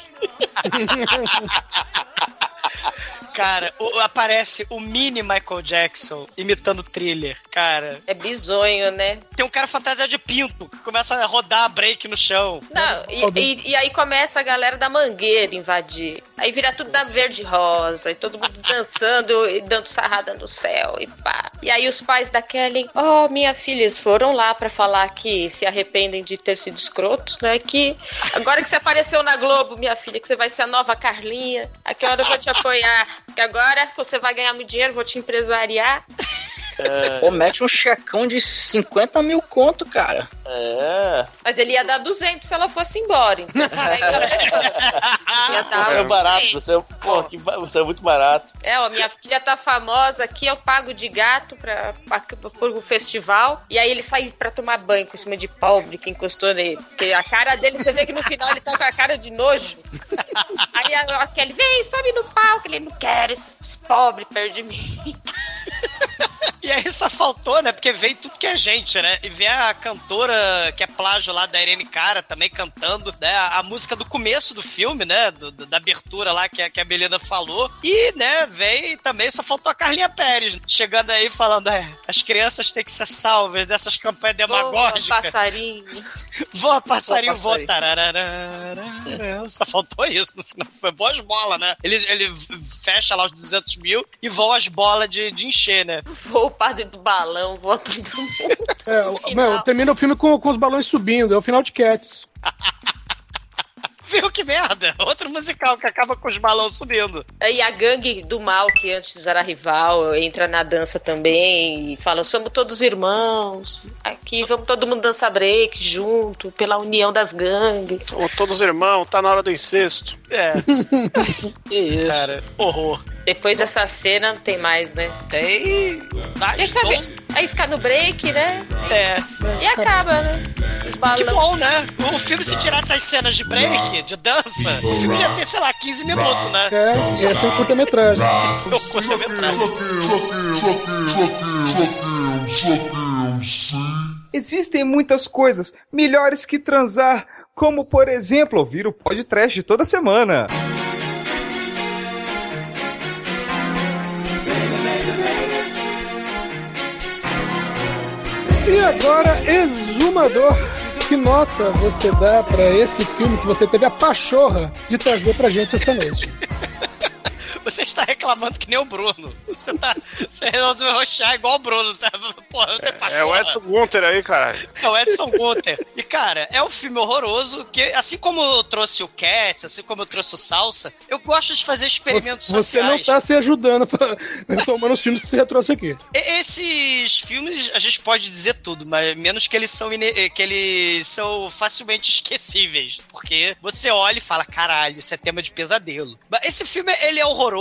Cara, o, aparece o mini Michael Jackson imitando Thriller, cara. É bizonho, né? Tem um cara fantasiado de pinto que começa a rodar break no chão. Não, e, e, e aí começa a galera da Mangueira invadir. Aí vira tudo da verde rosa, e todo mundo dançando e dando sarrada no céu e pá. E aí os pais da Kelly, oh, minha filha, eles foram lá pra falar que se arrependem de ter sido escrotos, né? Que agora que você apareceu na Globo, minha filha, que você vai ser a nova Carlinha, aqui hora eu vou te apoiar. Que agora você vai ganhar muito dinheiro, vou te empresariar. É... Pô, mete um checão de cinquenta mil conto, cara. É. Mas ele ia dar duzentos se ela fosse embora. Então, aí tá ia dar é barato, você é, pô, que, você é muito barato. É, ó, minha filha tá famosa aqui, eu pago de gato pra, pra, pro festival. E aí ele sai pra tomar banho com cima de pobre que encostou nele. Porque a cara dele, você vê que no final ele tá com a cara de nojo. Aí a, a Kelly, vem, sobe no palco. Ele não quer, esse pobre perto de mim. E aí só faltou, né? Porque veio tudo que é gente, né? E vem a cantora que é plágio lá da Irene Cara também cantando, né? A, a música do começo do filme, né? Do, do, da abertura lá que a, que a Belinda falou. E, né, veio também, só faltou a Carlinha Pérez chegando aí falando, é, as crianças têm que ser salvas dessas campanhas demagógicas. Voa, passarinho. Voa, passarinho, voa. Só faltou isso no final. Foi boa as bolas, né? Ele, ele fecha lá os duzentos mil e voa as bolas de, de encher, né? Voa padre do balão, volta do mundo. É, meu, termina o filme com, com os balões subindo, é o final de Cats. Viu que merda? Outro musical que acaba com os balões subindo. E a gangue do mal, que antes era rival, entra na dança também e fala, somos todos irmãos, aqui vamos todo mundo dançar break junto, pela união das gangues. Somos todos irmãos, tá na hora do incesto. É. Que isso. Cara, horror. Depois dessa cena não tem mais, né? Tem vários Deixa tons. ver. Aí fica no break, né? É. E acaba, né? Os balões. Que bom, né? O filme, se tirasse as cenas de break, de dança, o filme ia ter, sei lá, quinze minutos, né? É, ia ser um curta-metragem. Seu curta-metragem. Existem muitas coisas melhores que transar, como, por exemplo, ouvir o podcast toda semana. E agora, exumador, que nota você dá pra esse filme que você teve a pachorra de trazer pra gente essa noite? Você está reclamando que nem o Bruno. Você tá. Você resolveu roxar igual o Bruno, tá? Porra, não tem pachorra. É o Edson Gunter aí, caralho. É o Edson Gunter. E, cara, é um filme horroroso que, assim como eu trouxe o Cats, assim como eu trouxe o Salsa, eu gosto de fazer experimentos Você, você sociais. não tá se ajudando pra, tomando os filmes que você já trouxe aqui. E- Esses filmes, a gente pode dizer tudo, mas menos que eles são, ine- que eles são facilmente esquecíveis. Porque você olha e fala, caralho, isso é tema de pesadelo. Mas esse filme, ele é horroroso,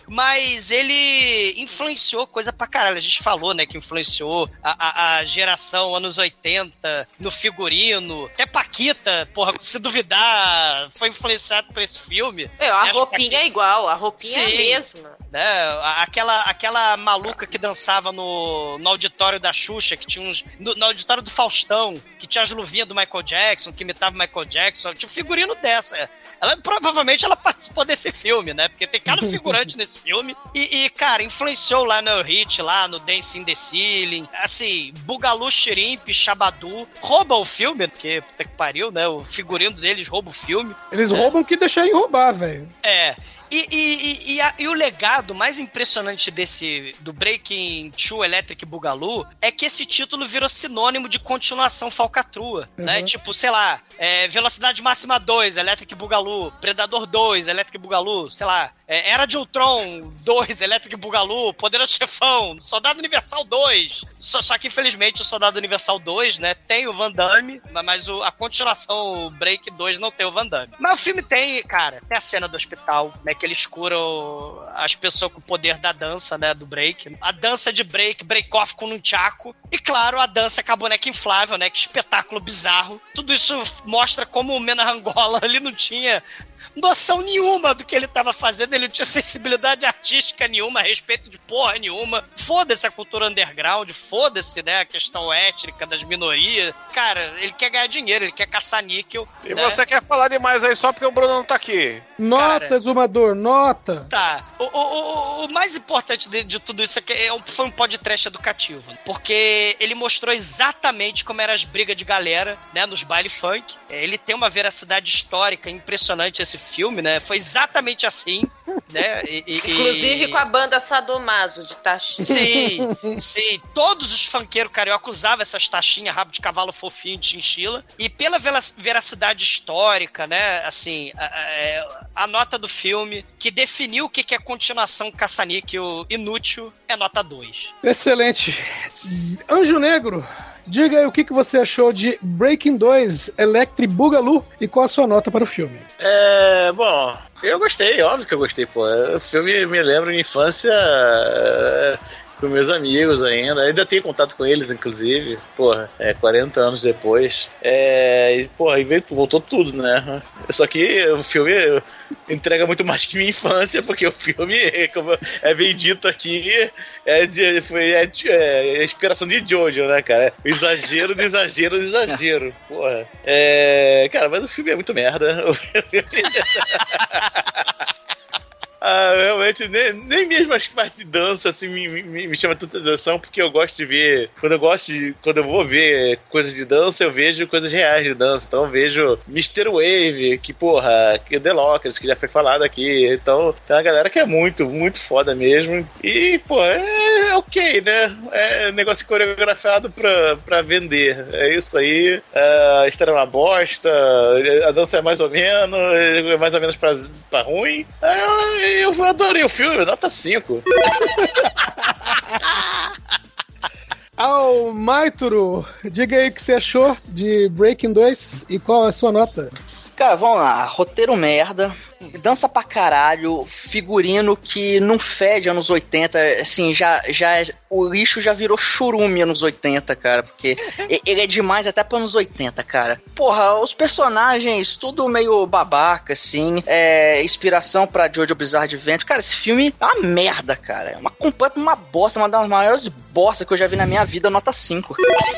mas ele influenciou coisa pra caralho. A gente falou, né, que influenciou a, a, a geração anos oitenta no figurino. Até Paquita, porra, se duvidar, foi influenciado por esse filme. Meu, a As roupinha Paquita- é igual, a roupinha é a Sim. mesma. Né? Aquela, aquela maluca que dançava no, no auditório da Xuxa, que tinha uns. No, no auditório do Faustão, que tinha as luvinhas do Michael Jackson, que imitava o Michael Jackson. Tinha um figurino dessa. Ela, provavelmente ela participou desse filme, né? Porque tem cada figurante nesse filme. E, e, cara, influenciou lá no Hit, lá no Dance in the Ceiling. Assim, Bugalu, Shrimp, Shabadu. Rouba o filme, porque puta que pariu, né? O figurino deles rouba o filme. Eles roubam que deixarem roubar, velho. É. E, e, e, e, a- e o legado mais impressionante desse do Breaking two Electric Boogaloo é que esse título virou sinônimo de continuação falcatrua, Uhum. né? Tipo, sei lá, é, Velocidade Máxima dois, Electric Boogaloo, Predador dois, Electric Boogaloo, sei lá, é, Era de Ultron dois, Electric Boogaloo, Poderoso Chefão, Soldado Universal dois. Só, só que, infelizmente, o Soldado Universal dois, né, tem o Van Damme, mas o, a continuação, o Break dois, não tem o Van Damme. Mas o filme tem, cara, tem a cena do hospital, né, que eles curam as pessoas com o poder da dança, né, do break. A dança de break, break-off com nunchaku. E, claro, a dança com a boneca inflável, né, que espetáculo bizarro. Tudo isso mostra como o Mena Angola ali não tinha noção nenhuma do que ele tava fazendo, ele não tinha sensibilidade artística nenhuma, a respeito de porra nenhuma. Foda-se a cultura underground, foda-se, né, a questão étnica das minorias. Cara, ele quer ganhar dinheiro, ele quer caçar níquel. E né? você quer falar demais aí só porque o Bruno não tá aqui. Nota, Cara. exumador, nota. Tá. O, o, o, o mais importante de, de tudo isso é que é um, foi um podcast educativo. Porque ele mostrou exatamente como eram as brigas de galera, né, nos baile funk. Ele tem uma veracidade histórica impressionante, esse filme, né? Foi exatamente assim, né? E, e, Inclusive e... com a banda Sadomaso de taxinha. Sim, sim. Todos os funkeiros carioca usavam essas taxinhas, rabo de cavalo fofinho de chinchila. E pela vela- veracidade histórica, né? Assim, a, a, a nota do filme que definiu o que que é continuação caça-níquel inútil é nota dois. Excelente. Anjo Negro, diga aí o que, que você achou de Breaking dois, Electric Boogaloo e qual a sua nota para o filme? É, bom, eu gostei, óbvio que eu gostei, pô. O filme me lembra minha infância é, com meus amigos ainda. Ainda tenho contato com eles, inclusive, porra, é, quarenta anos depois. É, e, porra, e veio, voltou tudo, né? Só que o filme entrega muito mais que minha infância, porque o filme, como é bem dito aqui, é, de, foi, é, de- é inspiração de Jojo, né, cara? Exagero do exagero do exagero. Porra. É, cara, mas o filme é muito merda. O filme... Ah, realmente, nem, nem mesmo as partes de dança assim me, me, me chama tanta atenção, porque eu gosto de ver. Quando eu gosto de. Quando eu vou ver coisas de dança, eu vejo coisas reais de dança. Então eu vejo mister Wave, que porra, que The Lockers, que já foi falado aqui. Então tem uma galera que é muito, muito foda mesmo. E, pô, é, é ok, né? É negócio coreografado pra, pra vender. É isso aí. A história é uma bosta, a dança é mais ou menos, é mais ou menos pra, pra ruim. É, eu adorei o filme, nota cinco. Ao Maituro, diga aí o que você achou de Breaking dois e qual é a sua nota? Cara, vamos lá, roteiro merda, dança pra caralho, figurino que não fede anos oitenta, assim, já, já o lixo já virou churume anos oitenta, cara, porque ele é demais até pra anos oitenta, cara. Porra, os personagens, tudo meio babaca, assim, é, inspiração pra Jojo Bizarre Adventure. Cara, esse filme é uma merda, cara, é uma completa uma bosta, uma das maiores bostas que eu já vi na minha vida, nota cinco.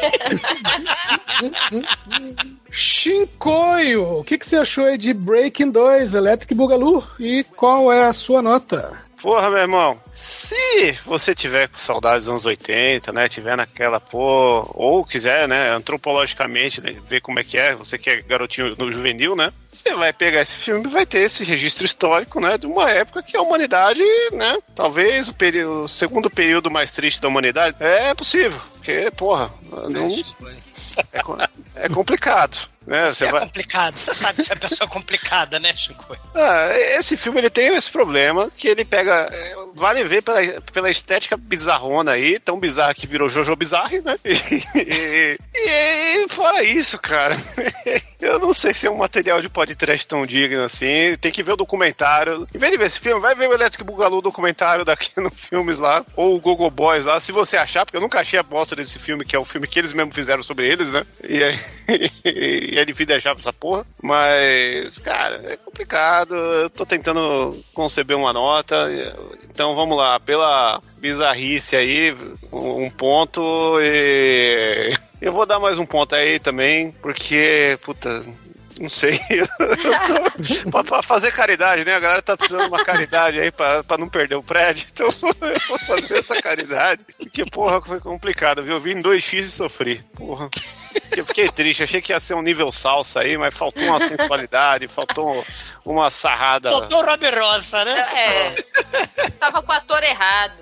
Shinkoio, o que, que você achou aí de Breaking dois, Electric Boogaloo? E qual é a sua nota? Porra, meu irmão, se você tiver com saudades dos anos oitenta, né, tiver naquela, pô, ou quiser, né, antropologicamente, né, ver como é que é, você que é garotinho no juvenil, né, você vai pegar esse filme e vai ter esse registro histórico, né, de uma época que a humanidade, né, talvez o, período, o segundo período mais triste da humanidade, é possível, porque, porra, não, é, é complicado. Né, você, você é vai... complicado, você sabe que você é pessoa complicada, né, Chico? Ah, esse filme ele tem esse problema que ele pega. Vale ver pela, pela estética bizarrona aí, tão bizarra que virou Jojo Bizarre, né? E, e, e, e fora isso, cara, eu não sei se é um material de podcast tão digno assim. Tem que ver o documentário. Em vez de ver esse filme, vai ver o Electric Boogaloo documentário daqui no Filmes lá, ou o Gogo Boys lá, se você achar, porque eu nunca achei a bosta desse filme, que é o filme que eles mesmos fizeram sobre eles, né? E aí. E é difícil deixar essa porra, mas, cara, é complicado. Eu tô tentando conceber uma nota, então vamos lá, pela bizarrice aí, um ponto, e eu vou dar mais um ponto aí também, porque, puta, não sei, tô, pra, pra fazer caridade, né? A galera tá precisando de uma caridade aí pra, pra não perder o prédio, então eu vou fazer essa caridade, porque, porra, foi complicado, viu? Eu vi em dois x e sofri, porra. Eu fiquei triste, achei que ia ser um nível salsa aí, mas faltou uma sensualidade, faltou uma sarrada. Faltou o Rob Rosa, né? É, tava com o ator errado.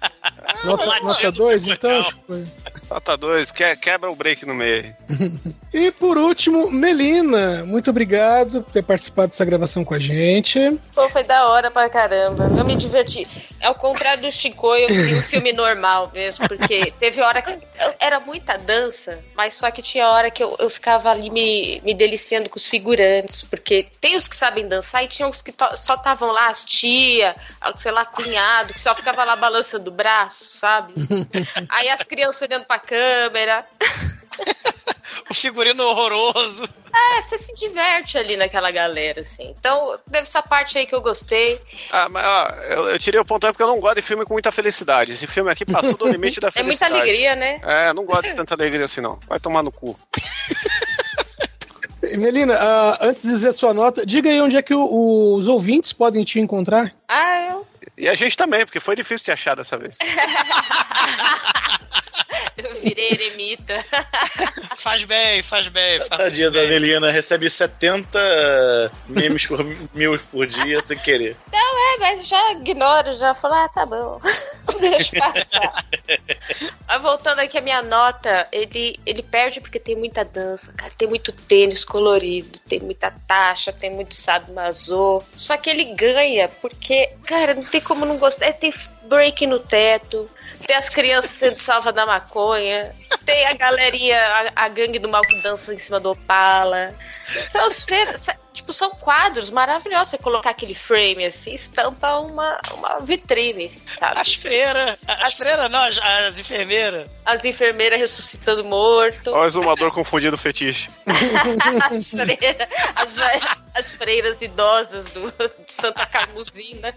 Nota dois, então? Nota dois, que, quebra o break no meio. E por último, Melina, muito obrigado por ter participado dessa gravação com a gente. Pô, foi da hora pra caramba, eu me diverti. Ao contrário do Chico, eu vi um filme normal mesmo, porque teve hora que eu, era muita dança, mas só que tinha hora que eu, eu ficava ali me, me deliciando com os figurantes, porque tem os que sabem dançar e tinha os que to, só estavam lá, as tia, sei lá, cunhado, que só ficava lá balançando o braço, sabe? Aí as crianças olhando pra câmera. O figurino horroroso. É, você se diverte ali naquela galera, assim. Então, deve essa parte aí que eu gostei. Ah, mas ó, eu, eu tirei o ponto aí porque eu não gosto de filme com muita felicidade. Esse filme aqui passou do limite da felicidade. É muita alegria, né? É, não gosto de tanta alegria assim, não. Vai tomar no cu. Melina, uh, antes de dizer sua nota, diga aí onde é que o, os ouvintes podem te encontrar. Ah, eu... E a gente também, porque foi difícil te achar dessa vez. Eu virei eremita. Faz bem, faz bem. Faz Tadinha bem. da Melina, recebe setenta memes por mil por dia sem querer. Não, é, mas já ignoro, já falo, ah, tá bom. Deixa passar. Mas voltando aqui a minha nota, ele, ele perde porque tem muita dança, cara. Tem muito tênis colorido, tem muita taxa, tem muito sadomaso. Só que ele ganha porque, cara, não tem como não gostar. É, tem break no teto, tem as crianças sendo salvas da maconha, tem a galerinha, a, a gangue do mal que dança em cima do Opala. Então, você, tipo, são quadros maravilhosos. Você colocar aquele frame assim, estampa uma, uma vitrine, sabe? As freiras, as freiras não, as, as enfermeiras. As enfermeiras ressuscitando morto. Olha o exumador confundindo o fetiche. As freiras, as, as freiras idosas do, de Santa Carmuzina.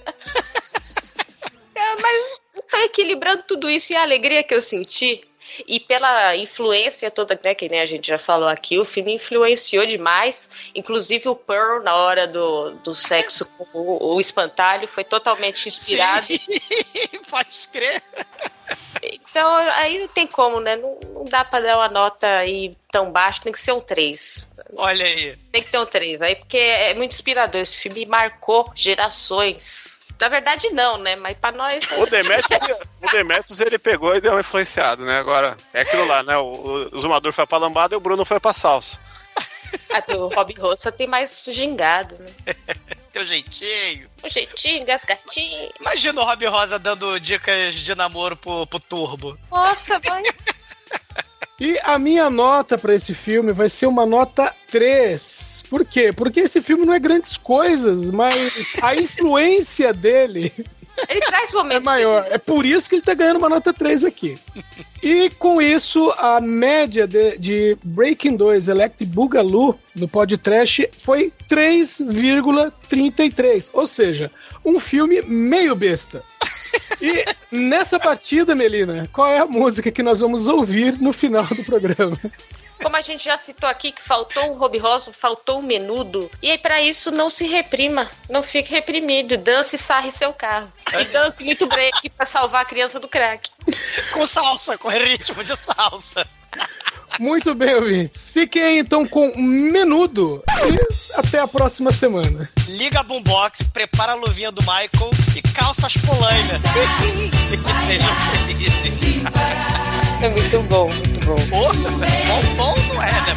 É, mas foi equilibrando tudo isso e a alegria que eu senti. E pela influência toda, né, que nem a gente já falou aqui, o filme influenciou demais. Inclusive o Pearl, na hora do, do sexo com o, o espantalho, foi totalmente inspirado. Sim, pode crer. Então aí não tem como, né? Não, não dá pra dar uma nota aí tão baixa, tem que ser um três. Olha aí. Tem que ter um três aí, porque é muito inspirador. Esse filme marcou gerações. Na verdade, não, né? Mas pra nós... O Demetrius, o Demetrius, ele pegou e deu uma influenciada, né? Agora, é aquilo lá, né? O, o Zumador foi pra lambada e o Bruno foi pra salsa. A do Rob Roça tem mais gingado, né? Teu jeitinho. O jeitinho, gasgatinho. Imagina o Rob Rosa dando dicas de namoro pro, pro Turbo. Nossa, mãe. E a minha nota pra esse filme vai ser uma nota três. Por quê? Porque esse filme não é grandes coisas, mas a influência dele... Ele traz momentos. É maior. É por isso que ele tá ganhando uma nota três aqui. E com isso, a média de, de Breaking dois Electric Boogaloo no podcast foi três vírgula trinta e três. Ou seja, um filme meio besta. E nessa batida, Melina, qual é a música que nós vamos ouvir no final do programa? Como a gente já citou aqui que faltou um Rob Rosa, faltou um Menudo. E aí, pra isso, não se reprima. Não fique reprimido. Dance e sarre seu carro. E dance muito break pra salvar a criança do crack. Com salsa, com ritmo de salsa. Muito bem, ouvintes. Fiquem então com Menudo. E até a próxima semana. Liga a boombox, prepara a luvinha do Michael e calça as polainas. Sejam felizes. É muito bom, muito bom. Porra, bom, bom não é, né?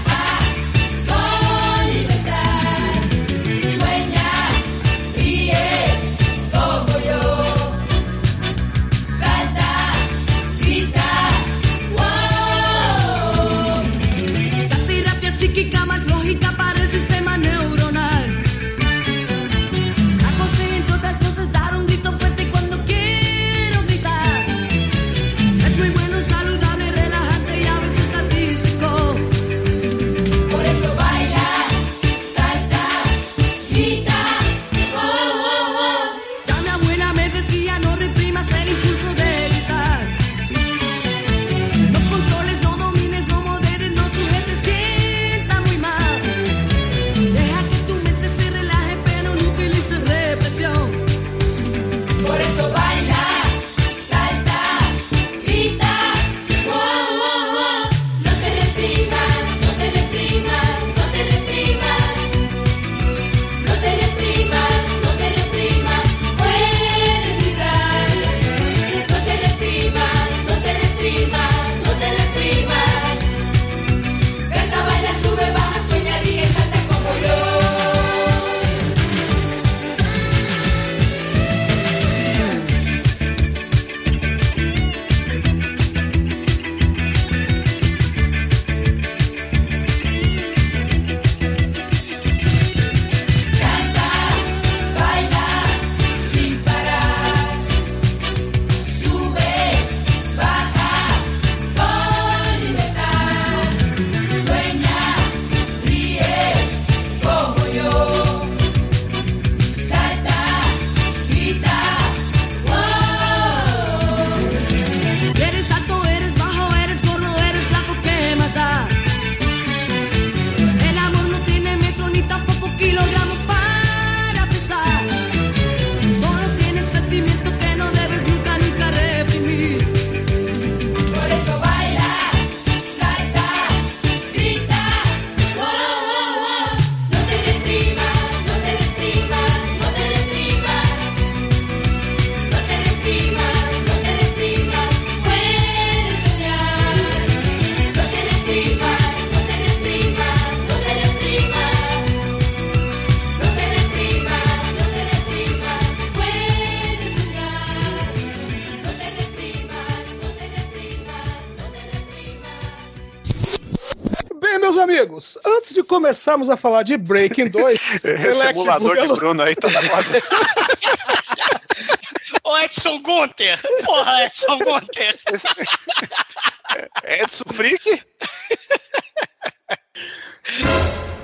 Psíquica más lógica para el sistema neuronal. Aconsejé entre otras cosas dar un grito fuerte cuando quiero gritar. Es muy bueno, saludable, relajante y a veces artístico. Por eso baila, salta, grita. Oh, oh, oh. Ya mi abuela me decía no reprimas el impulso de gritar. No controles, no domines, no moderes, no sujetes. Por eso baila, salta, grita, oh, oh, oh. No te reprimas, no te reprimas, no te reprimas. No te reprimas, no te reprimas, puedes gritar. No te reprimas, no te reprimas, no te reprimas. Canta, baila, sube, baja, sueña, ríe, salta como yo. Eres alto, eres bajo, eres gordo, eres flaco, ¿qué más da? El amor no tiene metro ni tampoco kilogramos para pesar. Solo tienes sentimiento que no debes nunca, nunca reprimir. Por eso baila, salta, grita, oh, oh, oh. No te reprimas, no te reprimas, no te reprimas. No te reprimas, no te reprimas, puedes soñar. No te reprimas, no te reprimas, no te reprimas. No te reprimas, no te reprimas, puedes soñar. No te reprimas, no te reprimas, no te reprimas. Bem, meus amigos, antes de começarmos a falar de Breaking dois... Esse emulador de Bruno aí tá na moda. Ô Edson Gunter! Porra, Edson Gunter! Edson Freak?